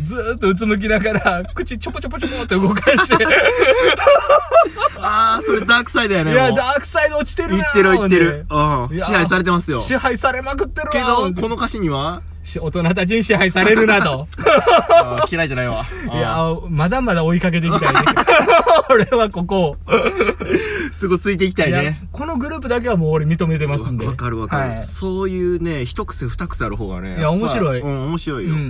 ずーっとうつむきながら、口ちょぽちょぽちょぽって動かして。 それダークサイドやね。 いや、ダークサイド落ちてるな。 いってる。支配されてますよ。 支配されまくってるわ。 けど、この歌詞には大人たちに支配されるなと。 嫌いじゃないわ。 いや、まだまだ追いかけていきたいね。俺はここ。 すぐついていきたいね。 このグループだけはもう俺認めてますんで。 わかる。そういうね、一癖二癖ある方がね。 いや、面白い。 面白いよ。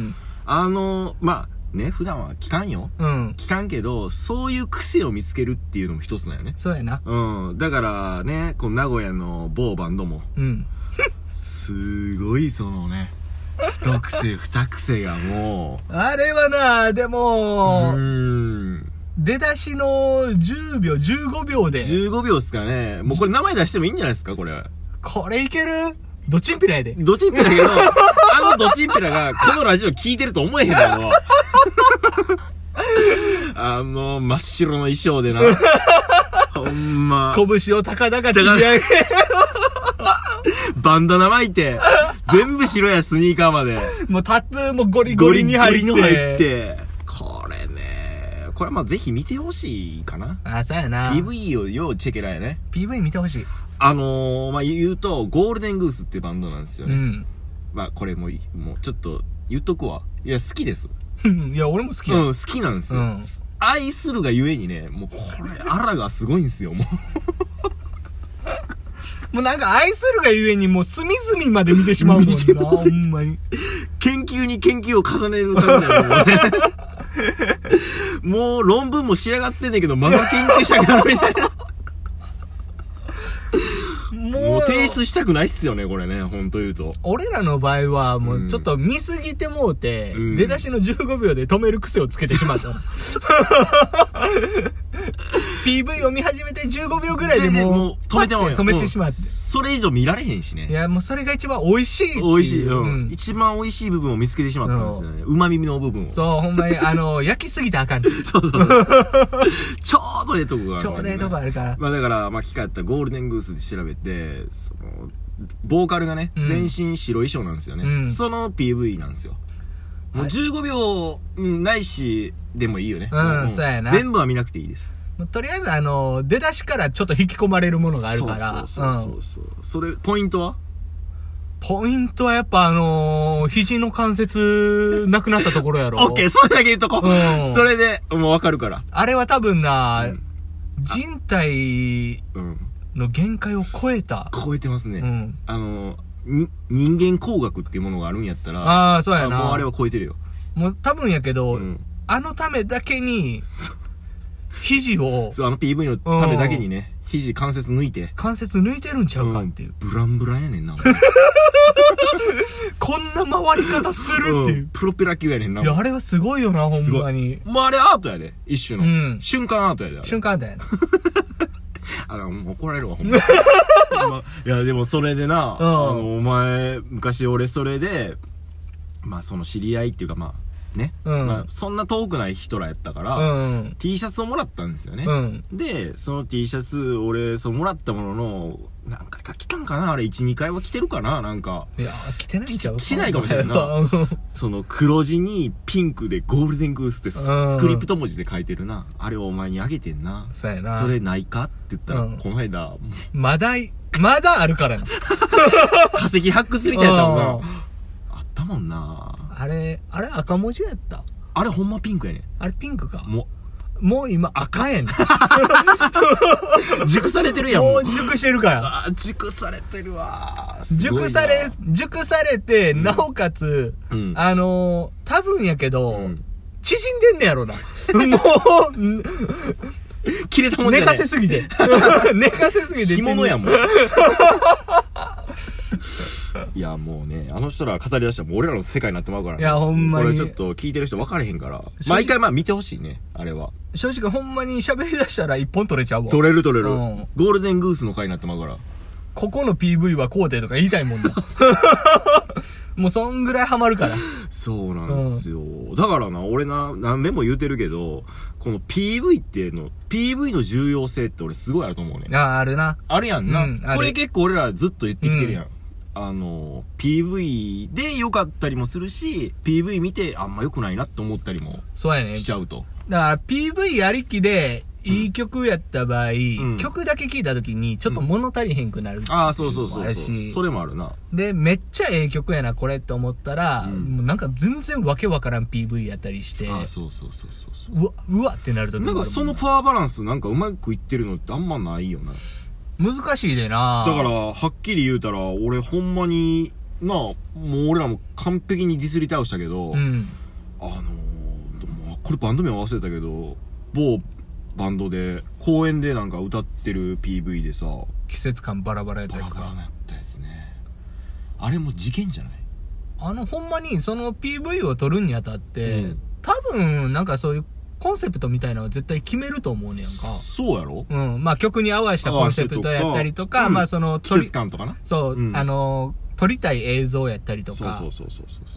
普段は聞かんよ。聞かんけど、そういう癖を見つけるっていうのも一つだよね。 そうやな。 だからね、この名古屋の某バンドも。すごい一癖二癖がもう。あれはな、でも、出だしの10秒、15秒で。 15秒っすかね。もうこれ名前出してもいいんじゃないですか、これ。 これいける？ドチンピラやで。 ドチンピラやけど、ドチンピラがこのラジオ聞いてると思えへんだろ。 真っ白の衣装でな。ほんま。 拳を高々積み上げ。 バンダナ巻いて、全部白やスニーカーまで。 もうタトゥーもゴリゴリに入って。ゴリゴリに入って。 これね、これまあぜひ見てほしいかな。 あ、そうやな。 PV をようチェケラやね。 PV 見てほしい。 まあ言うと、ゴールデングースってバンドなんですよね。うん。まあこれもうちょっと言っとくわ。いや、好きです。 いや、俺も好きや。 うん、好きなんですよ。うん、愛するがゆえにね、もうこれ、あらがすごいんですよ、もう。 もうなんか愛するがゆえにもう隅々まで見てしまうもんな、ほんまに。 研究に研究を重ねる感じだよね。もう論文も仕上がってんねんけど、まだ研究したくなるみたいな。もう提出したくないっすよね、これね、ほんと言うと。 俺らの場合は、もうちょっと見すぎてもうて、出だしの15秒で止める癖をつけてしまった。PV を見始めて15秒ぐらいでもう止めてしまって。 それ以上見られへんしね。 いや、もうそれが一番美味しい。 美味しい。うん。一番美味しい部分を見つけてしまったんですよね。旨味の部分を。 そう、ほんまに、焼きすぎたらあかん。そうそう。ちょうどええとこがある。 ちょうどええとこあるから。 まあだから、機会あったらゴールデングースで調べて、ボーカルがね、全身白衣装なんですよね。その PV なんですよ。もう15秒ないし、でもいいよね。 うん、そうやな。 全部は見なくていいです。 とりあえず出だしからちょっと引き込まれるものがあるから。 そう。それ、ポイントはやっぱ肘の関節なくなったところやろ。 オッケー、それだけ言っとこう。それで、もうわかるから。 あれは多分な、人体の限界を超えた。 超えてますね。人間工学っていうものがあるんやったら。 ああ、そうやな。 もうあれは超えてるよ。 もう多分やけど、あのためだけに、肘を。 そう、PV のためだけにね、肘関節抜いて。 関節抜いてるんちゃうかっていう。 ブランブランやねんな。 こんな回り方するっていう。 プロペラ級やねんな。 いや、あれはすごいよな、ほんまに。 もうあれアートやで、一種の。瞬間アートやで。 瞬間アートやな。 もう怒られるわ、ほんま。いや、でもそれでな、お前、昔俺それで、その知り合いっていうかね。そんな遠くない人らやったから、T シャツをもらったんですよね。で、その T シャツ、俺、もらったものの、何回か着たんかなあれ、1、2回は着てるかななんか。 いや、着てないんちゃう？ 着てないかもしれんな。その黒地にピンクでゴールデングースってスクリプト文字で書いてるな。あれをお前にあげてんな。 そうやな。 それないかって言ったら、この間、 まだあるからな。 化石発掘みたいなやったもんな。あったもんな。 あれ赤文字やった？ あれほんまピンクやねん。 あれピンクか。もう今赤やねん。 熟されてるやん。 もう熟してるから。 熟されてるわ。 熟されて、なおかつ、多分やけど、縮んでんねやろな。もう、 切れたもんじゃない。 寝かせすぎて。 着物やもん。いや、もうね、あの人ら語り出したらもう俺らの世界になってまうからね。 いや、ほんまに。 これちょっと聞いてる人分かれへんから。毎回見てほしいね、あれは。 正直ほんまに喋り出したら一本取れちゃうわ。 取れる。ゴールデングースの回になってまうから。 ここの PV はこうでとか言いたいもんだ。もうそんぐらいハマるから。 そうなんですよ。だからな、俺何遍も言うてるけど、この PV っていうの、PV の重要性って俺すごいあると思うね。 あるな。 あるやんな。これ結構俺らずっと言ってきてるやん。PV で良かったりもするし、PV 見てあんま良くないなって思ったりもしちゃうと。 だから PV ありきで、いい曲やった場合、曲だけ聴いた時にちょっと物足りへんくなる。 そう。それもあるな。 で、めっちゃええ曲やな、これって思ったら、もうなんか全然わけわからん PV やったりして。 そう。 うわってなるときなんかそのパワーバランスなんかうまくいってるのってあんまないよな。 難しいでな。 だから、はっきり言うたら、俺ほんまに、もう俺らも完璧にディスり倒したけど、これバンド名忘れたけど、某バンドで、公園でなんか歌ってる PV でさ、 季節感バラバラやったやつか。 バラバラやったやつね。あれも事件じゃない？ ほんまにその PV を撮るにあたって、多分、なんかそういう、コンセプトみたいなのは絶対決めると思うねやんか。 そうやろ？ 曲に合わせたコンセプトやったりとか、その、 季節感とかな。 そう、撮りたい映像やったりとか。 そう。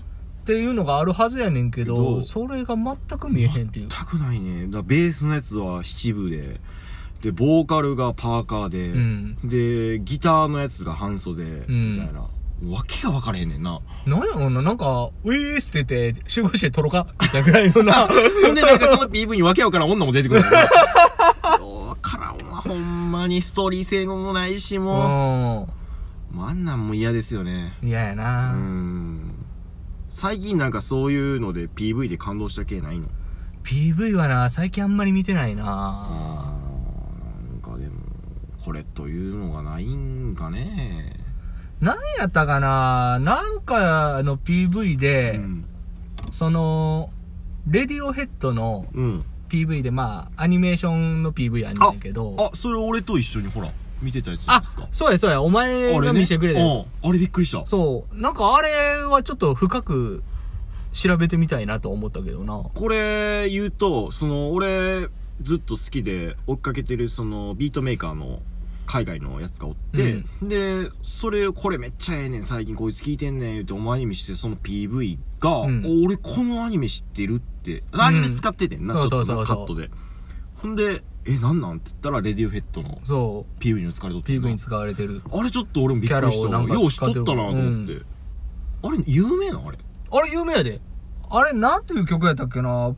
っていうのがあるはずやねんけど、それが全く見えへんっていう。 全くないね。だベースのやつは七分で、で、ボーカルがパーカーで、うん、で、ギターのやつが半袖、みたいな。わけが分からへんねんな。 なんやろな、なんか、ウィースって言って、集合して撮ろうかみたいなぐらいのな。 ほんでなんかその PV にわけわからん女も出てくるんだよ。わからんわ、ほんまにストーリー性もないし、もうあんなんも嫌ですよね。 嫌やな。 最近なんかそういうので PV で感動した系ないの？ PV はな、最近あんまり見てないな。 なんかでも、これというのがないんかね。 なんやったかな、なんかの PV で、その、レディオヘッドの PV で、まあ、アニメーションの PV やねんけど。 それ俺と一緒にほら、見てたやつじゃないですか。 そうやそうや、お前が見せてくれたやつ。あれびっくりした。 そう。なんかあれはちょっと深く調べてみたいなと思ったけどな。 これ言うと、俺、ずっと好きで追っかけてる、その、ビートメーカーの、海外のやつがおって、で、これめっちゃええねん、最近こいつ聞いてんねん、言うてお前アニメして、その PV が、俺このアニメ知ってるって、アニメ使っててんな、ちょっとカットで。ほんで、なんなんって言ったら、レディオヘッドの PV に使われとって。 PV に使われてる。 あれちょっと俺もびっくりした。よう知っとったなと思って。あれ、有名なあれ？ あれ有名やで。あれ、なんていう曲やったっけな？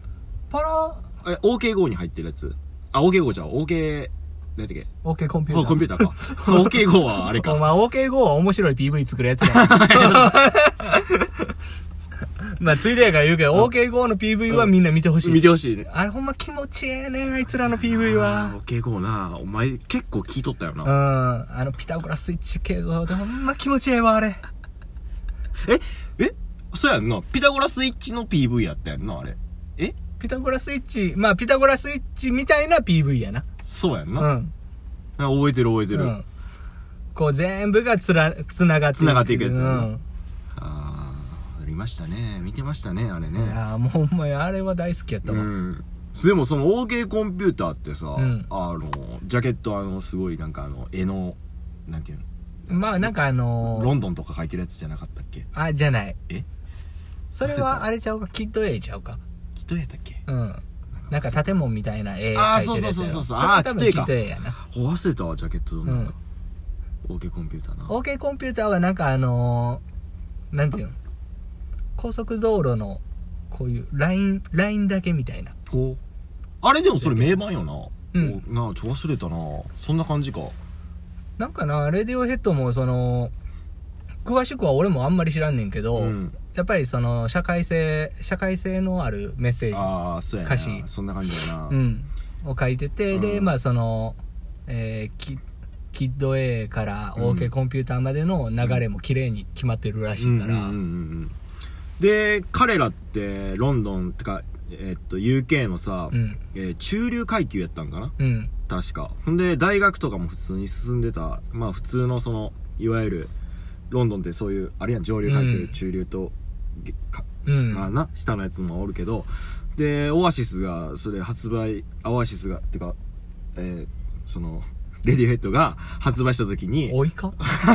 OK5 に入ってるやつ。OK5 じゃん、OK、何だっけ？ OK コンピューター。 コンピューターか。OK5 はあれか。 お前 OK5 は面白い PV 作るやつや。まあ、ついでやから言うけど、OK5 の PV はみんな見てほしい。 見てほしいね。 あれほんま気持ちええねん、あいつらの PV は。 OK5 な、お前結構聞いとったよな。 ピタゴラスイッチ系のでほんま気持ちええわ、あれ。 そうやんな。ピタゴラスイッチの PV やったやんな、あれ。 ピタゴラスイッチ、まあ、ピタゴラスイッチみたいな PV やな。 そうやんな。覚えてる。 こう全部がつながっていくやつ。 ありましたね。見てましたね、あれね。 いやもうほんまあれは大好きやったわ。 でもその OK コンピューターってさ、ジャケットすごいなんか絵の、なんていうの？ まあなんかロンドンとか書いてるやつじゃなかったっけ？ じゃない。それはあれちゃうか？キッド A ちゃうか？ キッド A だっけ？ なんか建物みたいな絵描いてるやつ。 そう。 それは多分キッド A やな。 忘れたわ、ジャケットなんか。OK コンピューターな。 OK コンピューターはなんかなんていうの？高速道路のこういうラインだけみたいな。 あれでもそれ名盤よな。忘れたな。そんな感じか。 なんかな、レディオヘッドも詳しくは俺もあんまり知らんねんけど、やっぱり社会性のあるメッセージ、歌詞。 そんな感じだな。 を書いてて、で、まあキッド A から OK コンピューターまでの流れも綺麗に決まってるらしいから。 で、彼らってロンドンってか、UK のさ、中流階級やったんかな、確か。ほんで、大学とかも普通に進んでた、まあ普通のいわゆる、ロンドンってそういう、あるいは上流階級、中流と、下のやつもおるけど、で、オアシスが、ってか、レディオヘッドが発売した時に。 おいか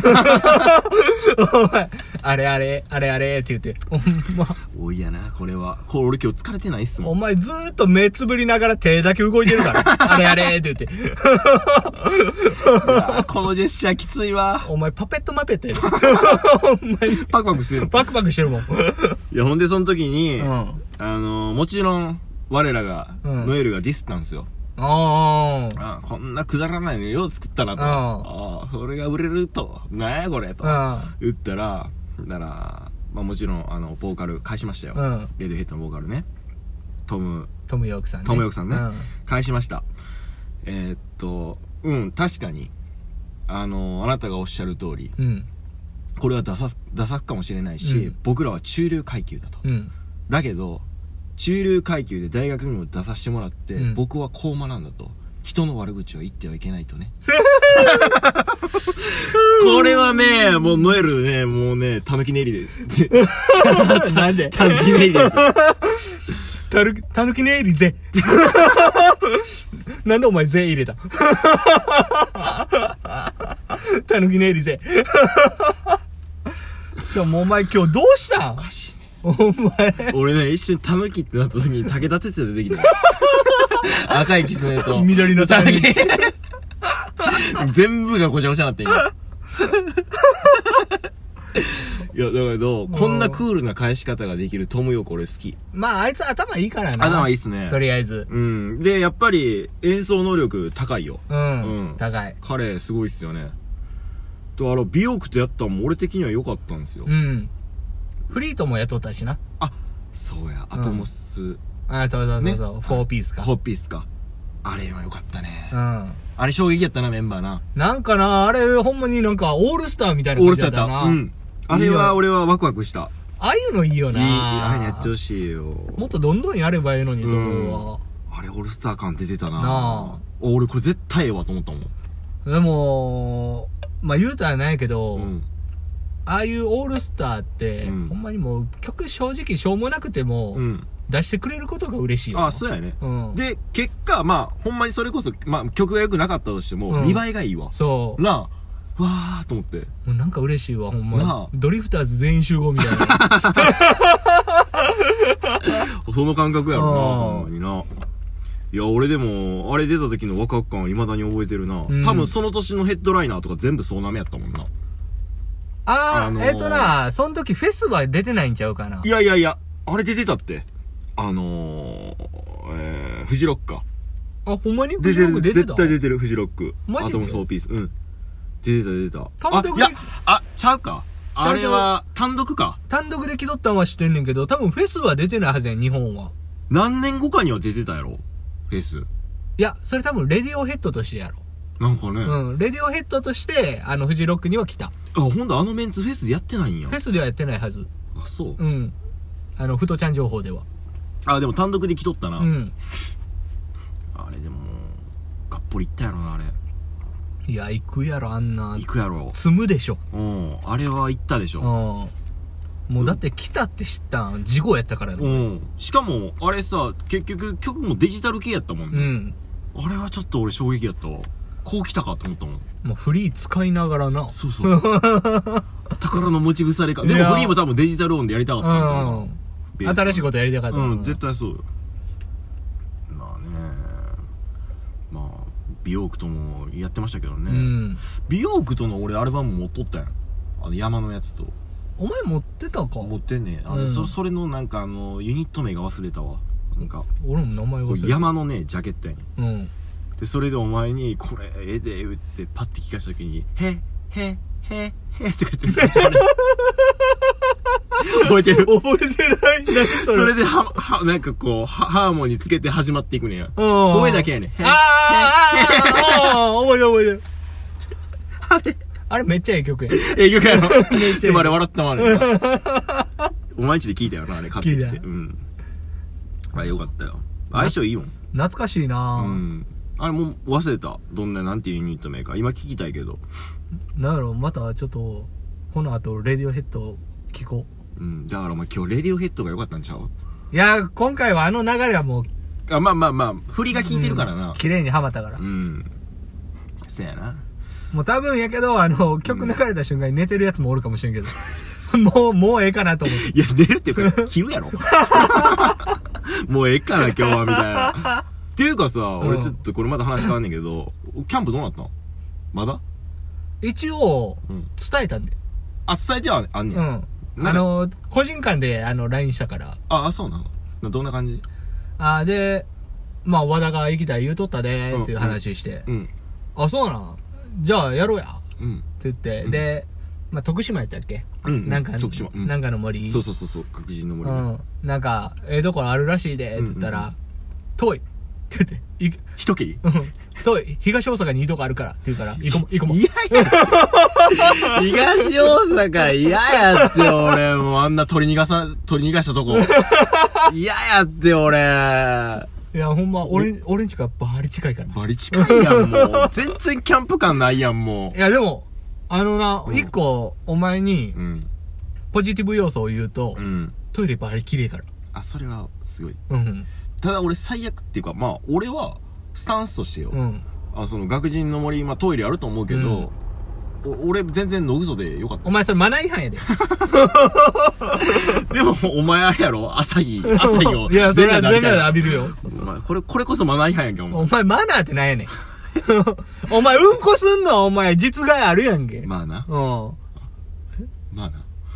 お前、あれって言って、ほんま。 おいやな、これは。俺今日疲れてないっすもん。 お前ずーっと目つぶりながら手だけ動いてるから。あれって言って。 このジェスチャーきついわ。 お前パペットマペットやで。ほんまに。 パクパクしてる。 パクパクしてるもん。いや、ほんでその時に、もちろん、我らが、ノエルがディスったんですよ。こんなくだらないのよう作ったなと。それが売れると。なんやこれと。言ったら、まあもちろん、ボーカル返しましたよ。レディオヘッドのボーカルね。トムヨークさんね。トムヨークさんね。返しました。確かに、あなたがおっしゃる通り、これはダサくかもしれないし、僕らは中流階級だと。だけど、中流階級で大学にも出させてもらって、僕は高慢なんだと。人の悪口を言ってはいけないとね。これはね、もうノエルね、もうね、たぬき練りで。 なんでたぬき練りです。 たぬき練りぜ。なんでお前ぜ入れたたぬき練りぜ。じゃあもうお前今日どうしたん？ おかしいね。 お前。 俺ね、一瞬タヌキってなった時に武田鉄矢出てきた。赤いキツネと。 緑のタヌキ。 全部がごちゃごちゃになってん今。いや、だけど、こんなクールな返し方ができるトムヨーク俺好き。 まあ、あいつ頭いいからな。 頭いいっすね。 とりあえず。 うん。で、やっぱり演奏能力高いよ。 うん。高い。 彼、すごいっすよね。と、美容区とやったのも俺的には良かったんですよ。 うん。フリートも雇ったしな。 あ、そうや。アトモス。 あ、そう。4ピースか。 4ピースか。あれは良かったね。 うん。 あれ衝撃やったな、メンバーな。 なんかな、あれ、ほんまになんか、オールスターみたいな感じだったな。オールスターやった。うん。 あれは、俺はワクワクした。 ああいうのいいよな。 ああいうのやってほしいよ。 もっとどんどんやればいいのにと思うわ。 あれ、オールスター感出てたな。俺これ絶対ええわと思ったもん。 でも、まあ言うたらないけど、ああいうオールスターって、ほんまにもう曲正直しょうもなくても、出してくれることが嬉しいよ。 あ、そうやね。で、結果、まあ、ほんまにそれこそ、まあ、曲が良くなかったとしても、見栄えがいいわ。 そう。 なあ。わーと思って。 なんか嬉しいわ、ほんまに。ドリフターズ全員集合みたいな。 その感覚やろな、ほんまにな。いや、俺でも、あれ出た時のワクワク感は未だに覚えてるな。多分その年のヘッドライナーとか全部そうなめやったもんな。 その時フェスは出てないんちゃうかな。 いや、あれ出てたって。フジロックか。 あ、ほんまにフジロック出てた？ 絶対出てる、フジロック。 マジで？ あともそうピース。うん。出てた。 単独で。 ちゃうか。あれは、単独か。 単独で気取ったんは知ってんねんけど、多分フェスは出てないはずやん、日本は。 何年後かには出てたやろ？フェス。 いや、それ多分レディオヘッドとしてやろ。 なんかね。 うん。レディオヘッドとして、フジロックには来た。 あ、ほんとあのメンツフェスでやってないんや。 フェスではやってないはず。 あ、そう。 うん。ふとちゃん情報では。 あ、でも単独で来とったな。 うん。 あれでも、がっぽり行ったやろな、あれ。 いや、行くやろ、あんな。 行くやろ。 積むでしょ。 うん。あれは行ったでしょ。 うん。もうだって来たって知ったん、事故やったからね。 うん。しかも、あれさ、結局曲もデジタル系やったもんね。うん。あれはちょっと俺衝撃やったわ。こう来たかと思ったもん。 もうフリー使いながらな。 そうそう。宝の持ち腐れか。でもフリーも多分デジタル音でやりたかったんだよな。新しいことやりたかった。 うん、絶対そうよ。まあね。まあ、美容区ともやってましたけどね。うん。美容区との俺アルバム持っとったやん。山のやつと。 お前持ってたか？ 持ってんね。それのなんかユニット名が忘れたわ。なんか。 俺も名前忘れた。 山のね、ジャケットやね。 うん。 で、それでお前に、これ、ええで、言ってパッて聞かしたときに、へって言ってめっちゃ覚えてる？ 覚えてない。何それ？ それでなんかこう、ハーモニーつけて始まっていくねや。声だけやねん。 覚えてる。あれめっちゃええ曲や。 ええ曲やろ。めっちゃでもあれ笑ったもんあれ。お前んちで聞いたよな、あれ買ってきて。うん。あれよかったよ。相性いいもん。 懐かしいなぁ。うん。 あれもう忘れた。どんな、なんていうユニット名か。今聞きたいけど。 なんやろ、またちょっと、この後、レディオヘッド聞こう。うん。だからお前今日レディオヘッドが良かったんちゃう？ いや、今回は流れはもう。 まあ、振りが効いてるからな。 綺麗にハマったから。 うん。そやな。 もう多分やけど、曲流れた瞬間に寝てるやつもおるかもしれんけど。もうええかなと思って。 いや、寝るっていうか、切るやろ。もうええかな、今日は、みたいな。っていうかさ、俺ちょっとこれまた話変わんねんけど、キャンプどうなったの？まだ？ 一応、伝えたんで。 あ、伝えてはあんねん。 うん。個人間でLINE したから。 あ、そうなの？どんな感じ？ で、まあ、和田が行きたい言うとったで、っていう話して。うん。あ、そうなん？じゃあやろうや。うん。って言って、で、まあ、徳島やったっけ？うん。なんか、徳島。なんかの森。 そう、角人の森。 うん。なんか、ところあるらしいで、って言ったら、遠い。って言って、 一切り？ 遠い。東大阪にいいとこあるから、って言うから、行こう。 嫌や東大阪嫌やって、俺。もうあんな取り逃がしたとこ。嫌やって、俺。 いや、ほんま、俺んちがバリ近いから。 バリ近いやん、もう。全然キャンプ感ないやん、もう。 いや、でも、一個、お前に、ポジティブ要素を言うと、トイレバリ綺麗から。 あ、それは、すごい。うん。ただ俺最悪っていうか、まあ、俺は、スタンスとしてよ。その、学人の森、まあ、トイレあると思うけど、俺全然の嘘でよかった。 お前それマナー違反やで。 でも、お前あれやろ朝日を。 いや、それは全裸で浴びるよ。 お前、これこそマナー違反やんけ、お前。 お前マナーってなんやねん。お前、うんこすんのはお前、実害あるやんけ。 まあな。まあな。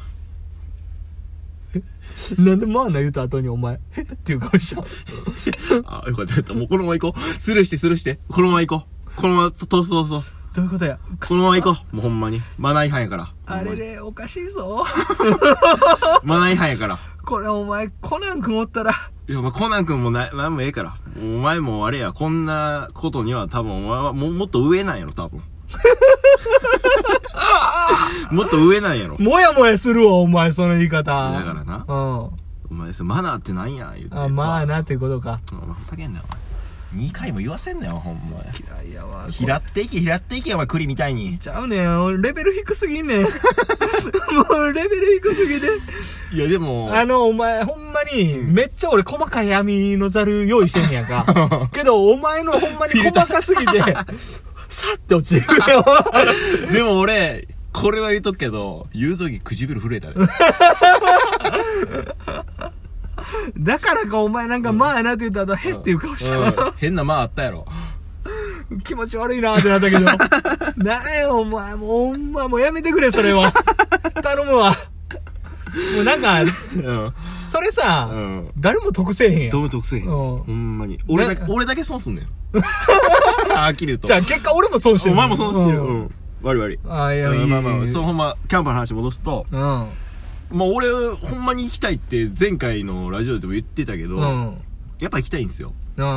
なんでまあな言うた後にお前、っていう顔した。 あ、よかったよかった。もうこのまま行こう。スルーして。このまま行こう。このまま通そう。 どういうことや。 このまま行こう。もうほんまに。マナー違反やから。 あれれ、おかしいぞ。 マナー違反やから。 これお前、コナン君おったら。 いや、コナン君もなんもええから。お前もあれや、こんなことには多分お前はもっと上なんやろ、多分。もっと上なんやろ。 もやもやするわ、お前、その言い方。 だからな。お前、マナーってなんや、言うて。 あ、まあなってことか。 お前、ふざけんなよ、お前。2回も言わせんなよ、ほんま。 嫌いやわ。 拾っていけ、お前、栗みたいに。 ちゃうねん、レベル低すぎんねん。もう、レベル低すぎて。 いや、でも。 お前、ほんまに、めっちゃ俺細かい網のザル用意してんねやんか。けど、お前のほんまに細かすぎて、さって落ちてくるよ。 でも俺、これは言うとくけど、言うとき唇震えたね。 だからかお前なんかまあなって言った後、へっていう顔した。 変なまああったやろ。 気持ち悪いなーってなったけど。なんやお前、もうほんまもうやめてくれ、それは。頼むわ。もうなんか、それさ、誰も得せえへんやん。 得せえへん。ほんまに。俺だけ損すんねん。はっきり言うと。 じゃあ結果俺も損してる。 お前も損してる。悪い。 ああ、いや、いい。 まあ、ほんま、キャンプの話戻すと、まあ俺、ほんまに行きたいって前回のラジオでも言ってたけど、やっぱ行きたいんですよ。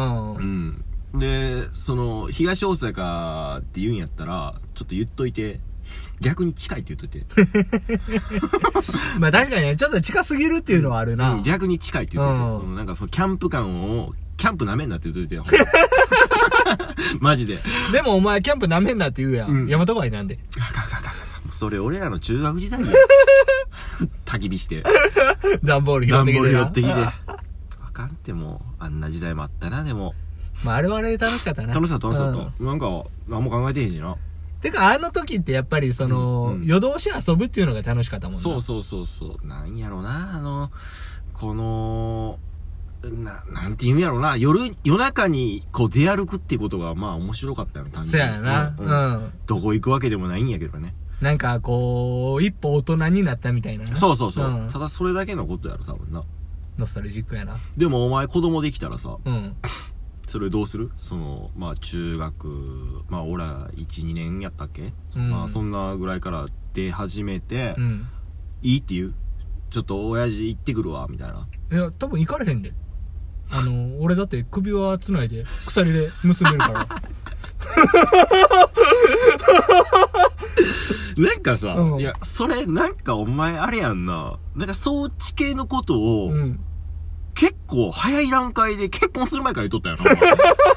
で、東大阪って言うんやったら、ちょっと言っといて、逆に近いって言っといて。 まあ確かにね、ちょっと近すぎるっていうのはあるな。 逆に近いって言っといて。なんかキャンプ感を、キャンプなめんなって言っといてよ。マジで。 でもお前キャンプなめんなって言うやん。大和川になんで。 それ俺らの中学時代や。焚き火して。 段ボール拾ってきて。 あかんってもう、あんな時代もあったな、でも。 まああれはあれで楽しかったな。 楽しかった。なんか、何も考えてへんしな。 てかあの時ってやっぱり夜通し遊ぶっていうのが楽しかったもんな。 そう。なんやろうな、なんて言うんやろうな、夜中に出歩くっていうことがまあ面白かったよ、単純に。 そうやな。 どこ行くわけでもないんやけどね。 なんか一歩大人になったみたいな。 そう。ただそれだけのことやろ、多分な。 ノスタルジックやな。 でもお前子供できたらさ、それどうする？まあ中学、まあ俺ら1、2年やったっけ？まあそんなぐらいから出始めて、いいって言う？ちょっと親父行ってくるわ、みたいな。 いや、多分行かれへんで。俺だって首輪繋いで鎖で結んでるから。 なんかさ、いや、それなんかお前あれやんな。なんかそっち系のことを、結構早い段階で結婚する前から言っとったよな。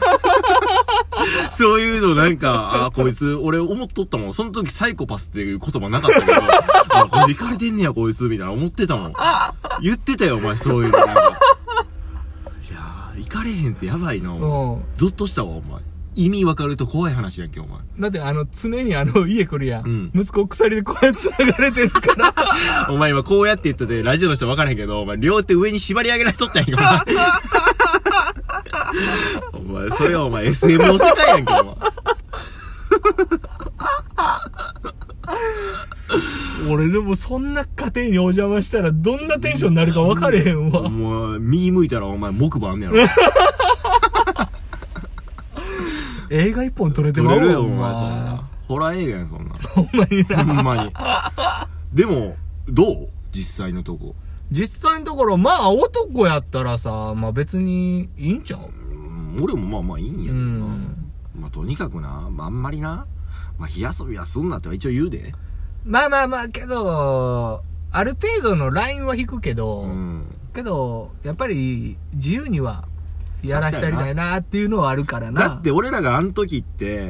そういうのなんか、こいつ、俺思っとったもん。その時サイコパスっていう言葉なかったけど、これイカれてんねやこいつ、みたいな思ってたもん。言ってたよ、お前、そういうのなんか。いやー、イカれへんってやばいな、お前。ゾッとしたわ、お前。意味わかると怖い話やんけ、お前。 だって常に家来るやん。息子鎖でこうやって繋がれてるから。 お前今こうやって言ったで、ラジオの人わからへんけど、お前両手上に縛り上げられとったんやんか、お前。お前、それはお前 SM の世界やんけ、お前。 俺でもそんな家庭にお邪魔したらどんなテンションになるか分かれへんわ。 お前、右向いたらお前木馬あんねやろ。 映画一本撮れてまうわ、お前。 ホラー映画やん、そんな。 ほんまにな。 ほんまに。でも、どう？実際のとこ。 実際のところ、まあ男やったらさ、まあ別にいいんちゃう？ 俺もまあいいんやけどな。まあとにかくな、あんまりな、まあ火遊びはすんなっては一応言うで。 まあ、けど、ある程度のラインは引くけど、やっぱり自由にはやらしたりたいなっていうのはあるからな。 だって俺らがあの時って、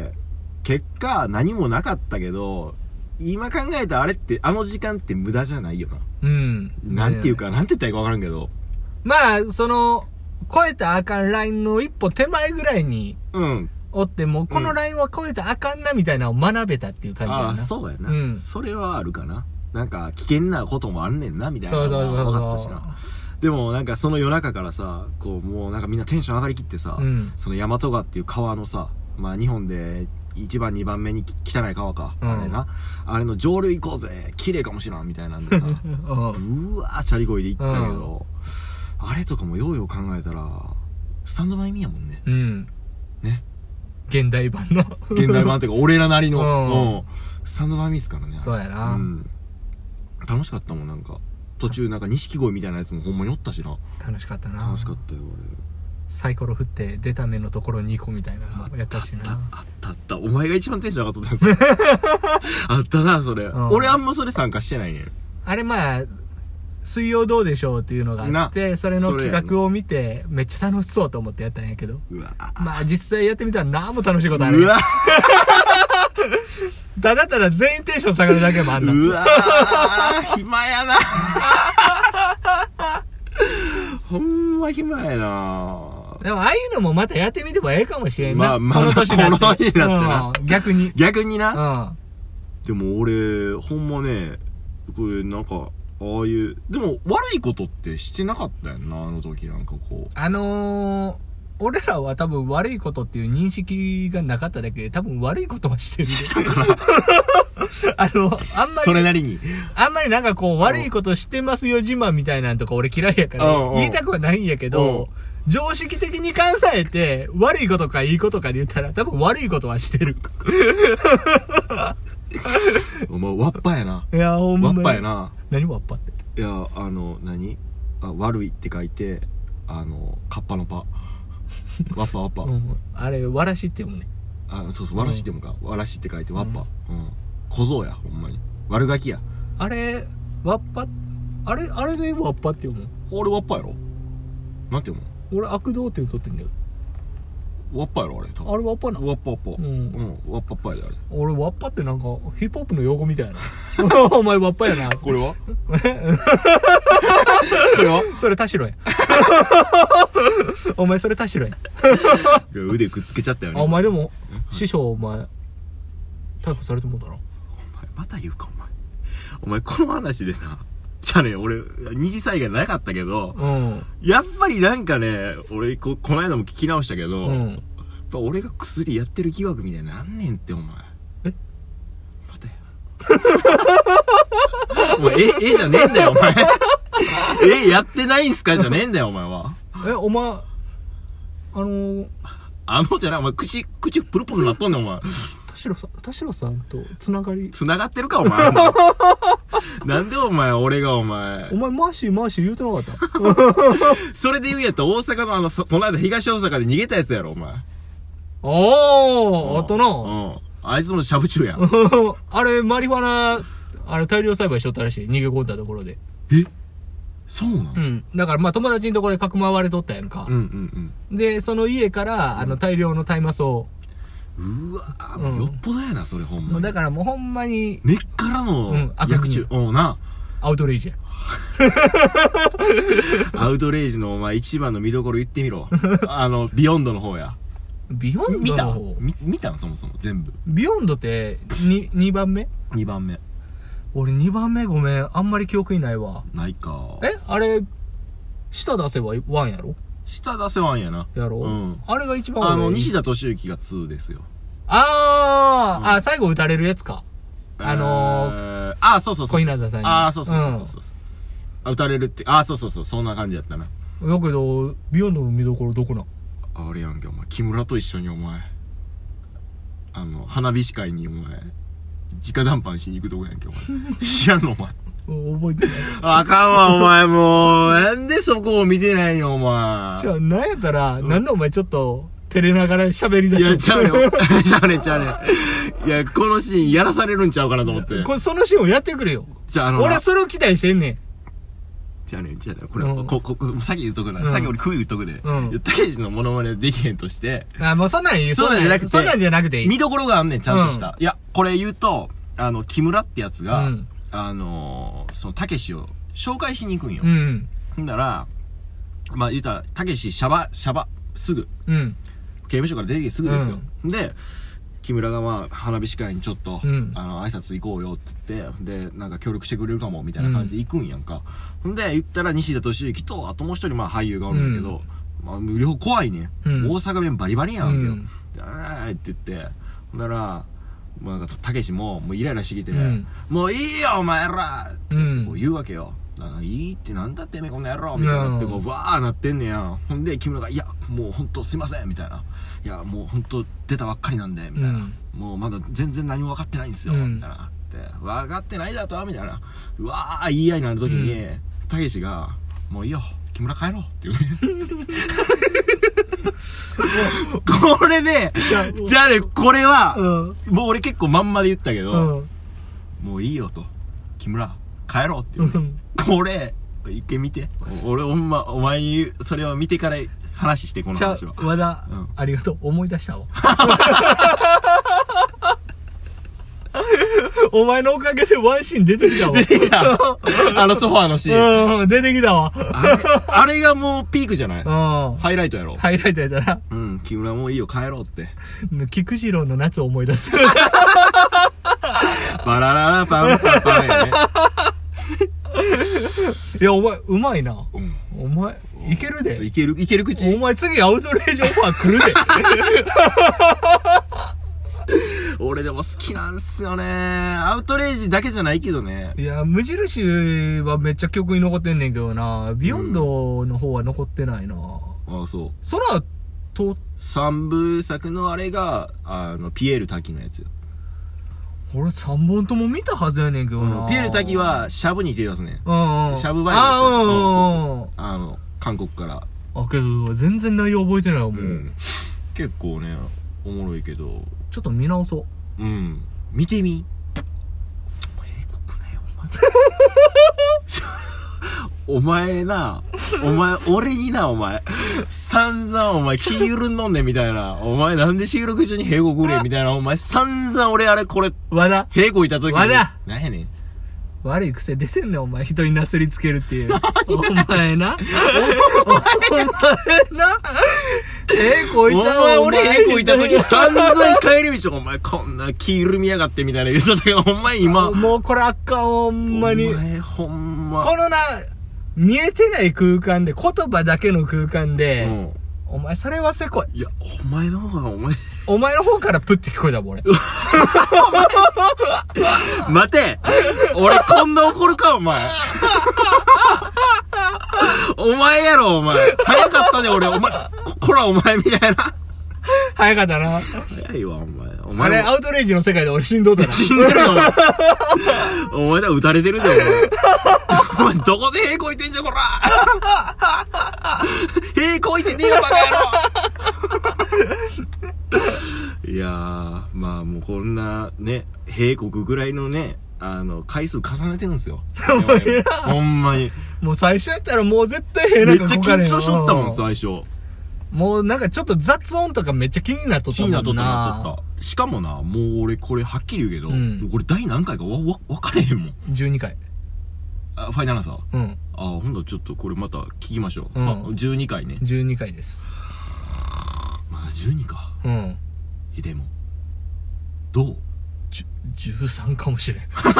結果何もなかったけど、今考えたらあれって、あの時間って無駄じゃないよな。なんていうか、なんて言ったらいいか分からんけど。 まあ、超えたらあかんラインの一歩手前ぐらいに、おっても、このラインは超えたらあかんなみたいなのを学べたっていう感じだな。 そうやな。それはあるかな。 なんか危険なこともあんねんなみたいなのが分かったしな。でもなんかその夜中からさ、こうもうなんかみんなテンション上がりきってさ、その大和川っていう川のさ、まあ日本で1番2番目に汚い川か、あれな、あれの上流行こうぜ、綺麗かもしらんみたいなんでさ、うわーチャリこいで行ったけど、あれとかもようよう考えたらスタンドバイミーやもんね。ね。 現代版の現代版っていうか俺らなりの、スタンドバイミーっすからね。 そうやな。 楽しかったもん。なんか途中なんか錦鯉みたいなやつもほんまにおったしな。 楽しかったな。 楽しかったよあれ。 サイコロ振って出た目のところに2個みたいなのやったしな。 あったお前が一番テンション上がっとったやつあったなそれ、俺あんまそれ参加してないね。 あれまあ水曜どうでしょうっていうのがあって、それの企画を見てめっちゃ楽しそうと思ってやったんやけど、まあ実際やってみたら何も楽しいことある。うわただただ全員テンション下がるだけもあんな。 うわ暇やなほんま暇やな。 でもああいうのもまたやってみてもええかもしれんな。 まあこの年になってな、 逆にな。でも俺ほんまね、これなんかああいうでも悪いことってしてなかったやんな、あの時。なんかこう俺らは多分悪いことっていう認識がなかっただけで、多分悪いことはしてるあんまりそれなりにあんまりなんかこう悪いことしてますよ自慢みたいなんとか俺嫌いやから言いたくはないんやけど、常識的に考えて悪いことかいいことかで言ったら多分悪いことはしてるお前ワッパやな。 いやほんまワッパやな。 何ワッパって。 いや何悪いって書いてカッパのパワッパワッパ、 あれわらしって読むね。 そうそう、わらしって読むか。わらしって書いてワッパ、小僧やほんまに悪ガキや。 あれワッパ、あれでワッパって読む。 俺ワッパやろ。なんて読む。 俺悪道って言うとってんだよ。 ワッパやろあれ。多分あれワッパな。 ワッパワッパ。ワッパッパやであれ。 俺ワッパってなんかヒップホップの用語みたいなお前ワッパやな。 これはこれはそれ田代やお前それ田代や腕くっつけちゃったよね。 お前でも師匠お前逮捕されてもうたな。お前また言うかお前この話でな。じゃあね、俺二次災害なかったけど、やっぱりなんかね、俺この間も聞き直したけど、やっぱ俺が薬やってる疑惑みたいななんねんってお前。またやもうじゃねえんだよお前やってないんすかじゃねえんだよお前は。 お前じゃないお前口プルプルなっとんねんお前。 田代さんと繋がってるかお前なんでお前俺がお前マーシー言うてなかったそれで言うんやったら大阪のこの間東大阪で逃げたやつやろお前。 あとな。 あいつもシャブ中やんあれマリファナ大量栽培しとったらしい。逃げ込んだところで。 そうなの。 だからまあ友達のところでかくまわれとったやんか。でその家から大量の大麻草。 うわー、よっぽどやなそれほんまに。 だからもうほんまに根っからの薬中、なアウトレイジやアウトレイジのお前一番の見どころ言ってみろビヨンドの方や。 ビヨンドの方見たのそもそも全部。 ビヨンドって2番目。俺2番目ごめんあんまり記憶にないわ。 ないか。 あれ舌出せは1やろ。 舌出せワンやな。 やろ。あれが一番西田敏行が2ですよ。 最後撃たれるやつか。 そうそう。 小日向さんに。 そう。撃たれるって、そう。そんな感じやったな。 だけど、ビヨンドの見どころどこな。 あれやんけ、お前。木村と一緒にお前。花火師会にお前、直談判しに行くとこやんけ、お前。知らんのお前。 覚えてない。 あかんわ、お前もう。なんでそこを見てないよ、お前。 なんやったら、なんでお前ちょっと、照れながら喋り出す。 いや、ちゃうね。いや、このシーンやらされるんちゃうかなと思って。 そのシーンをやってくれよ。俺はそれを期待してんねん。 じゃあね。これ、先言っとくな。先俺言っとくで。たけしのモノマネできへんとして。 もうそんなんじゃなくていい。 見どころがあんねん、ちゃんとした。いや、これ言うと、木村ってやつが、そのたけしを紹介しに行くんよ。ほんだら、まあ言うたら、たけしシャバ、すぐ。刑務所から出てきてすぐですよ。で、 木村がまあ、花火師会にちょっと、挨拶行こうよって言って、で、なんか協力してくれるかも、みたいな感じで行くんやんか。ほんで、言ったら西田敏行と、あともう一人まあ俳優がおるんだけど、まあ、両方怖いね。大阪弁バリバリやんけよ。って言って、ほんだら、なんか、たけしも、もうイライラしてきて、もういいよ、お前らってこう言うわけよ。いいってなんだってめこの野郎みたいなってこう、わーなってんねや。ほんで、木村が、いや、もうほんとすいませんみたいな。いや、もうほんと出たばっかりなんで、みたいな。もうまだ全然何も分かってないんですよ、みたいな。分かってないだとみたいな。うわー、言い合いになるときに、たけしが、もういいよ、木村帰ろうっていうね。これね、じゃあね、これは、もう俺結構まんまで言ったけど、もういいよと。木村、帰ろうっていうね。これ、一回見て。俺ほんま、お前にそれを見てから話して、この話は。 和田、ありがとう。思い出したわ。お前のおかげでワンシーン出てきたわ。 出てきた。あのソファーのシーン。出てきたわ。 あれがもうピークじゃない？ハイライトやろ。 ハイライトやったら。 木村もういいよ、帰ろうって。 菊次郎の夏を思い出す。 バラララパンパンパンやね。 いや、お前、うまいな。お前、いけるで。 いける口。 お前次アウトレイジオファー来るで。 俺でも好きなんすよね。アウトレイジだけじゃないけどね。 いや、無印はめっちゃ曲に残ってんねんけどな。ビヨンドの方は残ってないな。 ああ、そう。 そら、 三部作のあれが、ピエール滝のやつよ。 俺3本とも見たはずやねんけどな。 ピエール滝は、シャブに手出すね。シャブバイブ韓国から。 けど、全然内容覚えてないわ、もう。 結構ね、おもろいけど。 ちょっと見直そう。 見てみ。英国ね、お前な、俺にな、お前。散々、お前、気緩んどんねんみたいな。お前、なんで収録中に平国れみたいな。お前、散々俺、これ。 和田。 平国いた時に。 和田。 なんやねん。 悪い癖出てんねん、お前。人になすりつけるっていう。お前な。 俺、平国いた時散々帰り道、お前、こんな気緩みやがってみたいな言うとったけど、お前今。 もうこれあかん、ほんまに。 お前、ほんま。 このな、見えてない空間で、言葉だけの空間で、お前それはせこい。 いや、お前の方がお前の方からプッて聞こえたもん、俺。 待て！俺こんな怒るか、お前。お前やろ、お前。早かったね、俺。お前、こら、お前、みたいな。 早かったな。 早いわ、お前。 あれ、アウトレイジの世界で俺死んどったな。 死んでるよ、お前だ、撃たれてるで、お前。どこで平行いてんじゃ、こら。平行いてねえよ、バカ野郎。いやー、まあもうこんなね、平国ぐらいのね、回数重ねてるんですよ。ほんまに。 もう最初やったらもう絶対平なんかめっちゃ緊張しとったもん、最初。 もうなんかちょっと雑音とかめっちゃ気になっとったもんな。 気になっとった。しかもな、もう俺これはっきり言うけど、これ第何回か分かれへんもん。 12回。 ファイナルアンサー？ほんとちょっとこれまた聞きましょう。12回ね。 12回です。 まだ12か。でも、どう ？13かもしれん。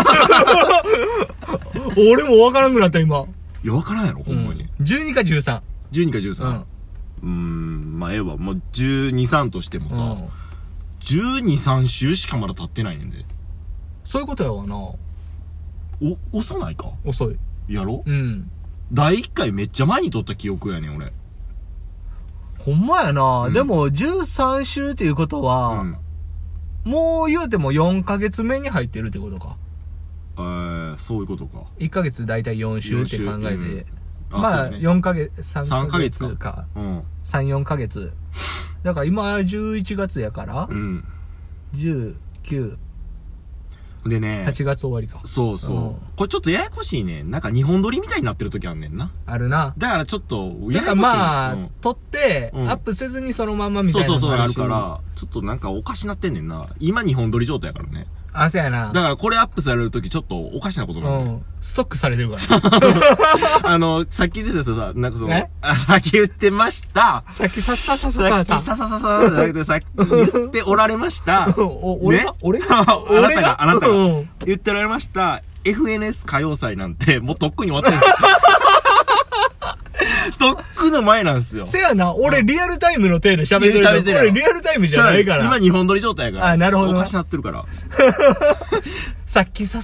俺も分からんくなった今。 いや、分からんやろ、ほんまに。 12か13。 12か13。まあ、ええわ。まあ、12、3としてもさ、12、3週しかまだ経ってないねんで。 そういうことやわな。 遅ないか？ 遅い。 やろ？第1回めっちゃ前に撮った記憶やねん、俺。 ほんまやな。でも、13週っていうことは、もう言うても4ヶ月目に入ってるってことか。 そういうことか。 1ヶ月だいたい4週って考えて。まあ、4ヶ月、3ヶ月か。3、4ヶ月。だから今11月やから、10、9、 でね。 8月終わりか。 そうそう。これちょっとややこしいね。なんか日本撮りみたいになってる時あんねんな。 あるな。 だからちょっと、ややこしい。 だからまあ、撮って、アップせずにそのままみたいな。 そうあるから、ちょっとなんかおかしなってんねんな。今日本撮り状態やからね。 あ、そうやな。 だからこれアップされるときちょっとおかしなことになる、ね。 ストックされてるからね。 さっき言ってたさ、なんかさっき言ってました。 さっきさっさじゃなくてさっき言っておられました。 俺があなたが言っておられました。FNS 歌謡祭なんて、もうとっくに終わってるんですよ。とっくの前なんですよ。 せやな、俺リアルタイムの手で喋ってるから。俺リアルタイムじゃないから。 今日本撮り状態やから。 あ、なるほど。 おかしなってるから。 さっきさ。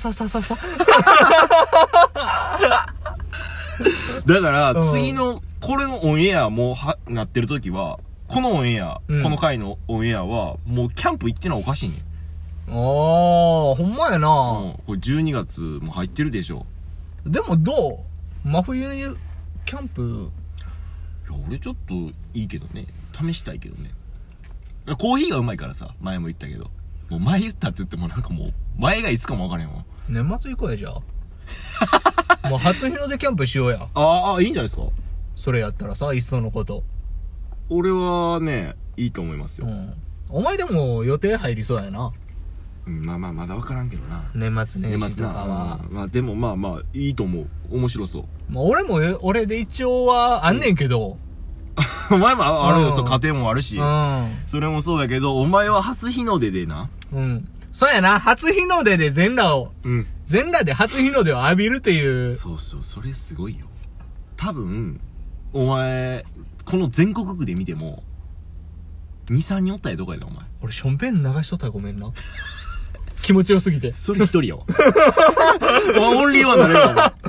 だから、次の、これのオンエアもなってる時は、このオンエア、この回のオンエアは、もうキャンプ行ってのはおかしいね。 ほんまやな。 これ12月も入ってるでしょ。 でもどう？真冬にキャンプ。 いや、俺ちょっといいけどね。試したいけどね。コーヒーがうまいからさ、前も言ったけど。もう前言ったって言ってもなんかもう、前がいつかも分からへんわ。 年末行こうや、じゃあ。もう初日の出キャンプしようや。 ああ、いいんじゃないですか。 それやったらさ、いっそのこと。 俺はね、いいと思いますよ。 お前でも予定入りそうやな。 まあまだ分からんけどな。 年末年始とかは。 まあでもまあ、いいと思う。面白そう。 まあ俺で一応はあんねんけど。 お前もあるよ、家庭もあるし。それもそうやけど、お前は初日の出でな。 そうやな、初日の出で全裸で初日の出を浴びるっていう。 そう、それすごいよ。多分、お前、この全国区で見ても、2、3人おったやどこやで、お前。 俺、ションペン流しとったらごめんな。気持ちよすぎて。 それ一人やわ。オンリーワンだね、お前。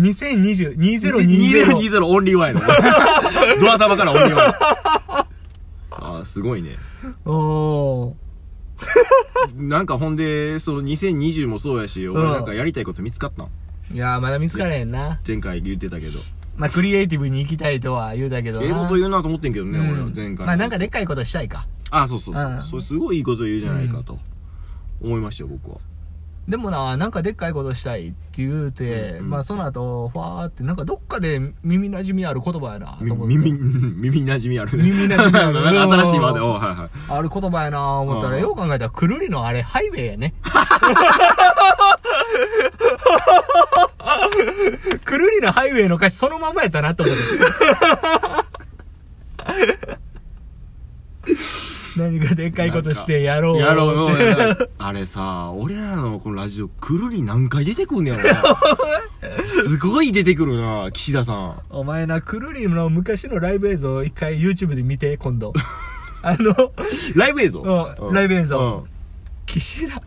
2020 オンリーワンやな。ドア玉からオンリーワン。ああ、すごいね。なんかほんで、その2020もそうやし、俺なんかやりたいこと見つかったん？ いやまだ見つからへんな。 前回言ってたけど。 まあ、クリエイティブに行きたいとは言うたけどな。 ええこと言うなと思ってんけどね、俺は前回。 まあ、なんかでっかいことしたいか。 あ、そう。それすごいいいこと言うじゃないかと。思いましたよ、僕は。 でもなんかでっかいことしたいって言うて、まあその後、ファーって、なんかどっかで耳馴染みある言葉やな、と思って。 耳馴染みあるね。 耳馴染みある。 新しいワード、はいはい。 ある言葉やな思ったら、よう考えたら、くるりのあれ、ハイウェイやね。くるりのハイウェイの歌詞そのままやったなと思って。何がでっかいことしてやろうってあれさ、俺らのこのラジオくるり何回出てくんねやろな。すごい出てくるな、岸田さん。 お前な、くるりの昔のライブ映像一回 YouTube で見て、今度。 ライブ映像？ ライブ映像。岸田。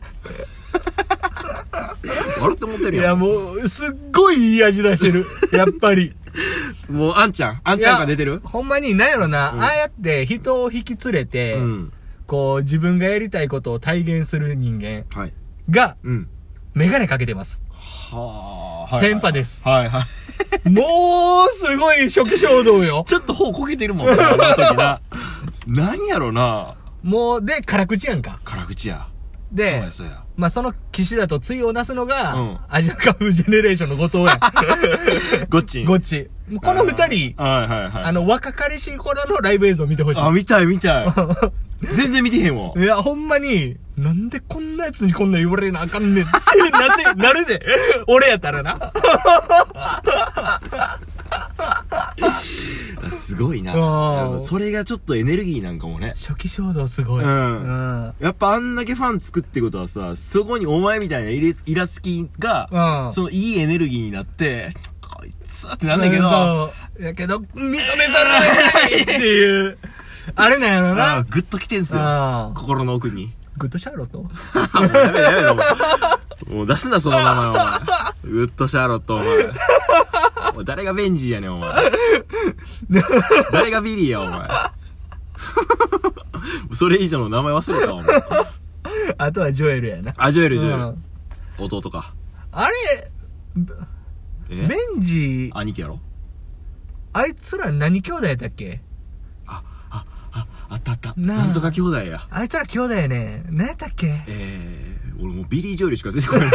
笑って思ってるやん。 いやもう、すっごいいい味出してる。やっぱり。 もう、あんちゃんが出てる？ ほんまに、なんやろな、ああやって人を引き連れて、こう、自分がやりたいことを体現する人間が、メガネかけてます。テンパです。もう、すごい初期衝動よ。 ちょっと頬こけてるもんな、あの時な。何やろな。 もう、で、辛口やんか。 辛口や。 で、まあ、その岸田と対をなすのが、アジアカップジェネレーションの後藤や。 ゴッチ。 この二人、若かりし頃のライブ映像見てほしい。 あ、見たい。全然見てへんわ。 いや、ほんまに、なんでこんなやつにこんな言われなあかんねんってなるで。俺やったらな。 すごいな。それがちょっとエネルギーなんかもね。 初期衝動すごい。 やっぱあんだけファン作ってことはさ、そこにお前みたいなイラつきが、そのいいエネルギーになって、こいつってなんだけど、 やけど、認めざるを得ないっていう、あれなんやろな。 グッと来てんすよ。心の奥に。 グッドシャーロット？ もうやめもう出すな、その名前、お前。グッドシャーロット、お前。誰がベンジーやねん、お前。誰がビリーや、お前。それ以上の名前忘れたわ、お前。 あとはジョエルやな。 ジョエル。弟か。 あれ、ベンジー。 兄貴やろ？ あいつら何兄弟やったっけ？ あった。なんとか兄弟や。 あいつら兄弟やね。何やったっけ？ 俺もうビリー・ジョエルしか出てこない。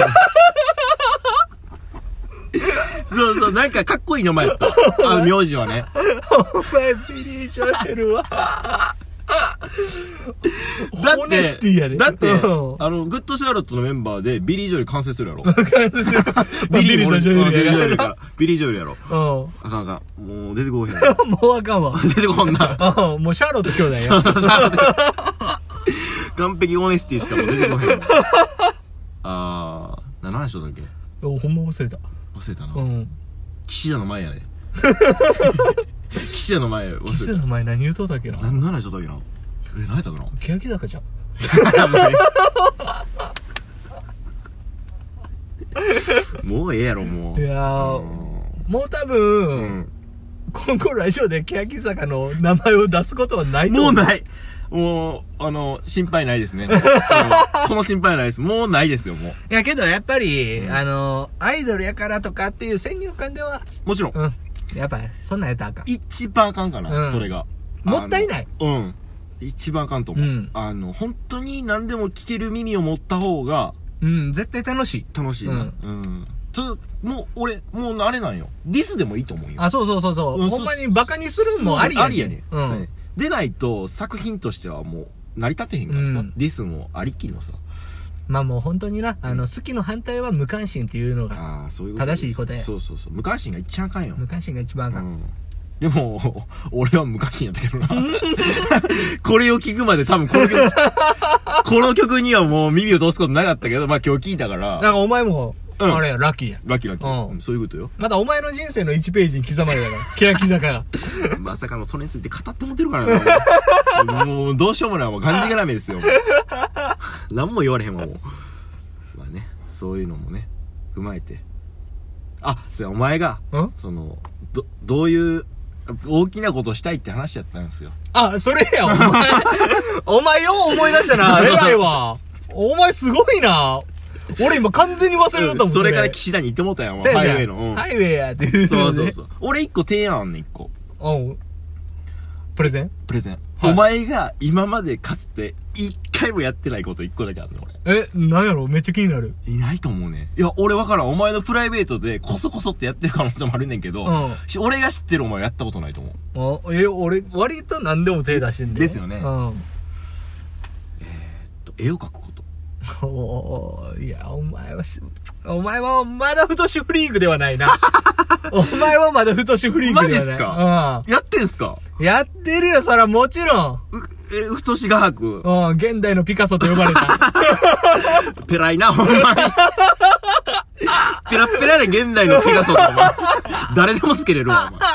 そう、なんかかっこいい名前やった。名字はね。 お前、ビリー・ジョエルは。 ホネスティやで。 だって、グッドシャーロットのメンバーでビリー・ジョエル完成するやろ。 完成する。ビリーとジョエルやろ。ビリー・ジョエルやろ。あかんあかん。もう出てこへん。 もうあかんわ。 出てこんな。 もうシャーロット兄弟や。 シャーロット。完璧ホネスティしかもう出てこへん。何の話しとったっけ？ ほんま忘れた。 忘れたな。岸田の前やね。岸田の前忘れた。 岸田の前何言うとったっけな。 何話しとったっけな。何やったかな。 欅坂じゃん。 もうええやろ、もう。 いやー、もう多分、今後ラジオで欅坂の名前を出すことはないと思う。 もうない。もう、心配ないですね。この心配ないです。もうないですよ、もう。 いやけど、やっぱり、アイドルやからとかっていう先入観では。 もちろん。 やっぱ、そんなんやったらあかん。 一番あかんかな、それが。 もったいない。 一番あかんと思う。本当に何でも聞ける耳を持った方が、 絶対楽しい。 楽しいな。もう、俺、もうあれなんよ。ディスでもいいと思うよ。 あ、そう。ほんまにバカにするんもありやね。 ありやね。でないと、作品としてはもう、成り立てへんからさ。ディスもありきのさ。 まあもう本当にな、好きの反対は無関心っていうのが、正しいことや。 そう。無関心が一番あかんよ。 無関心が一番あかん。 でも、俺は無関心やったけどな。これを聞くまで多分この曲にはもう耳を通すことなかったけど、まあ今日聞いたから。 なんかお前も、あれや、ラッキーや。 ラッキー。そういうことよ。 まだお前の人生の1ページに刻まれたから、欅坂が。 まさかのそれについて語ってもてるからな。もうどうしようもない。もうがんじがらめですよ。何も言われへんわ、もう。まあね、そういうのもね、踏まえて。それお前が、どういう、大きなことしたいって話やったんですよ。 それや、お前。お前よう思い出したな。偉いわ。お前すごいな。俺今完全に忘れとったもん。 それから岸田に行ってもうたやん、ハイウェイの。 ハイウェイやっていう。 そう。俺一個提案あんねん、一個。 プレゼン。 お前が今までかつて一回もやってないこと一個だけあるの、 俺。なんやろ？めっちゃ気になる。 いないと思うね。いや、俺わからん。お前のプライベートでコソコソってやってる可能性もあるねんけど、俺が知ってるお前やったことないと思う。 俺、割と何でも手出してんだよ。 ですよね。絵を描くこと。 いや、お前はまだ太しフリークではないな。お前はまだ太しフリークではない。 マジっすか？やってんすか？ やってるよ、そらもちろん。 太し画伯。 現代のピカソと呼ばれた。 ペライな、ほんまに。ペラペラで現代のピカソとお前。誰でもつけれるわ、お前。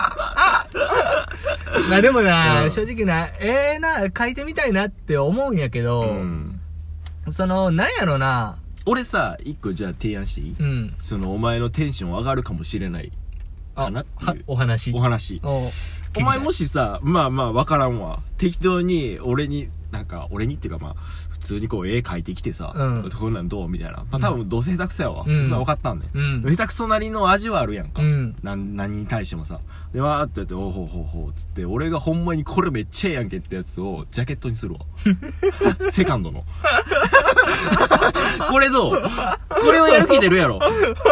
まあでもな、正直な、書いてみたいなって思うんやけど、なんやろな。 俺さ、一個じゃあ提案していい？お前のテンション上がるかもしれないかなっていう。 お話。 お前もしさ、まあわからんわ。適当に、俺にっていうかまあ、普通にこう絵描いてきてさ、こんなんどうみたいな。まあ多分どうせ下手くそやわ。分かったんね。下手くそなりの味はあるやんか。何に対してもさ。で、わーってやって、ほうつって、俺がほんまにこれめっちゃええやんけってやつをジャケットにするわ。セカンドの。これどう？これをやる気出るやろ。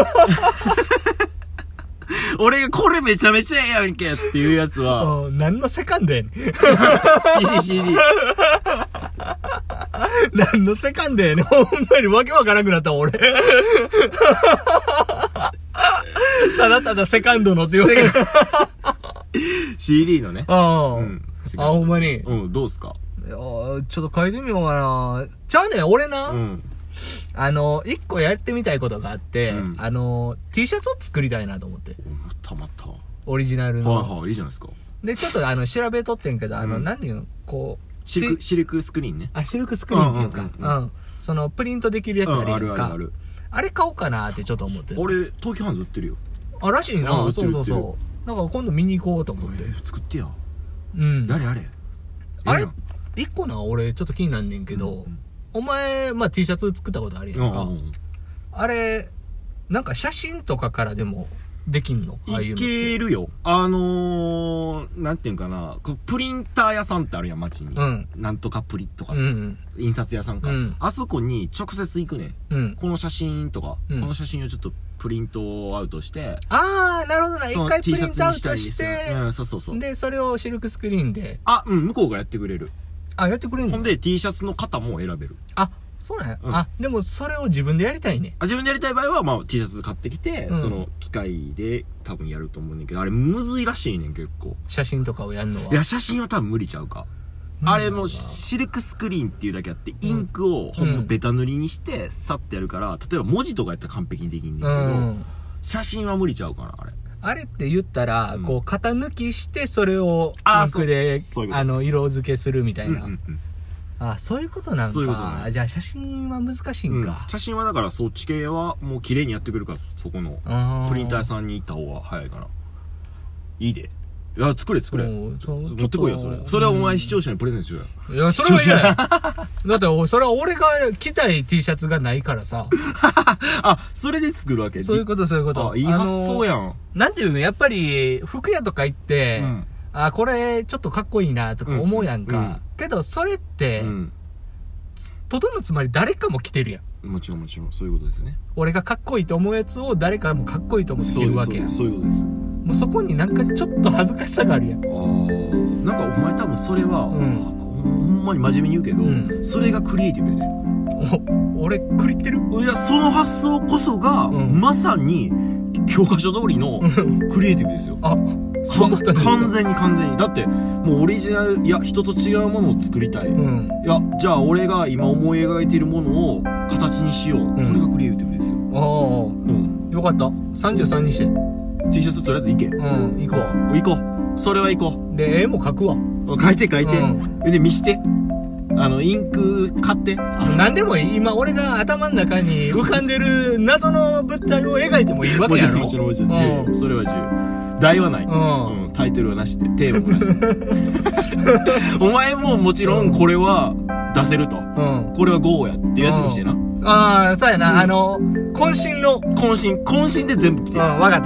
俺がこれめちゃめちゃええやんけっていうやつは。 何のセカンドやねん。 CD。 何のセカンドやねん。ほんまにわけわからなくなった俺。ただただセカンドのって言われる。 CD のね。 ほんまに。 どうすか？ ちょっと書いてみようかな。じゃあね、俺な。一個やってみたいことがあって、T シャツを作りたいなと思って。 また。 オリジナルの。 いいじゃないですか。 で、ちょっと調べとってんけど、なんていうの、こう。 シルクスクリーンね。 シルクスクリーンっていうか、プリントできるやつあるやんか。あれ買おうかなってちょっと思ってる。 俺、東急ハンズ売ってるよ。 らしいな。そう。なんか今度見に行こうと思って。 作ってや。 やれ。 あれ一個な、俺ちょっと気になんねんけど、お前、T シャツ作ったことあるやんか。あれ、なんか写真とかからでもできんの？ああいうの。 いけるよ。なんていうんかな、プリンター屋さんってあるやん、街に。なんとかプリとか、印刷屋さんか。あそこに直接行くね。この写真とか、この写真をちょっとプリントアウトして。 なるほどな。一回プリントアウトして、 そう。 で、それをシルクスクリーンで。 向こうがやってくれる。 あ、やってくれんの？ ほんで T シャツの型も選べる。 あ、そうなんや。あ、でもそれを自分でやりたいね。 自分でやりたい場合は、まあ T シャツ買ってきて、その機械で多分やると思うねんけど、あれむずいらしいねん、結構。 写真とかをやるのは。 いや、写真は多分無理ちゃうか。あれもシルクスクリーンっていうだけあって、インクをほんまベタ塗りにして、さってやるから、例えば文字とかやったら完璧にできんねんけど、写真は無理ちゃうかな、あれ。 あれって言ったら、こう、型抜きして、それを、インクで、色付けするみたいな。あ、そういうことなんか。そういうことね。じゃあ、写真は難しいんか。 写真はだから、そっち系はもう綺麗にやってくるから、そこの、プリンター屋さんに行った方が早いかな。いいで。いや、作れ。持ってこいよ、それ。それはお前視聴者にプレゼントしようよ。 いや、それは嫌や。だって、それは俺が着たい T シャツがないからさ。 あ、それで作るわけ？ そういうこと。 あ、いい発想やん。 なんていうの、やっぱり、服屋とか行って、あ、これ、ちょっとかっこいいな、とか思うやんか。けど、それって、とどのつまり誰かも着てるやん。 もちろん、そういうことですね。 俺がかっこいいと思うやつを誰かもかっこいいと思って着るわけやん。 そういうことです。 もうそこになんかちょっと恥ずかしさがあるやん。 なんかお前多分それは、ほんまに真面目に言うけど、それがクリエイティブやね。 俺、クリってる？ いや、その発想こそが、まさに、教科書通りのクリエイティブですよ。 あ、そうだったんですか？ 完全に。だって、もうオリジナル、いや、人と違うものを作りたい。いや、じゃあ俺が今思い描いているものを形にしよう。これがクリエイティブですよ。 よかった。33にして。 T シャツとりあえず行け。 行こう。 行こう。それは行こう。で、絵も描くわ。 描いて。で、見して。インク買って。 何でもいい。今、俺が頭の中に浮かんでる謎の物体を描いてもいいわけやろ。 もちろん。自由。それは自由。題はない。タイトルはなしで。テーマもなしで。お前ももちろんこれは出せると。これは GO やっていうやつにしてな。 ああ、そうやな。渾身で全部来て。 わかった。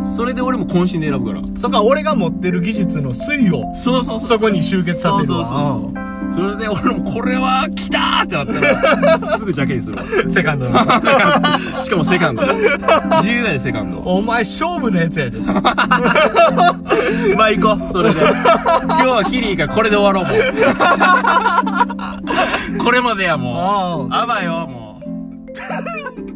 それで俺も渾身で選ぶから。 そっか、俺が持ってる技術の粋を。そこに集結させるわ。 そう。それで俺もこれは来たーってなったら、すぐジャケにするわ。 セカンドの。 しかもセカンド。自由やで、セカンド。 お前勝負のやつやで。 まあ行こう、それで。今日はキリーがこれで終わろう、もう。これまでや、もう。あばよ、もう。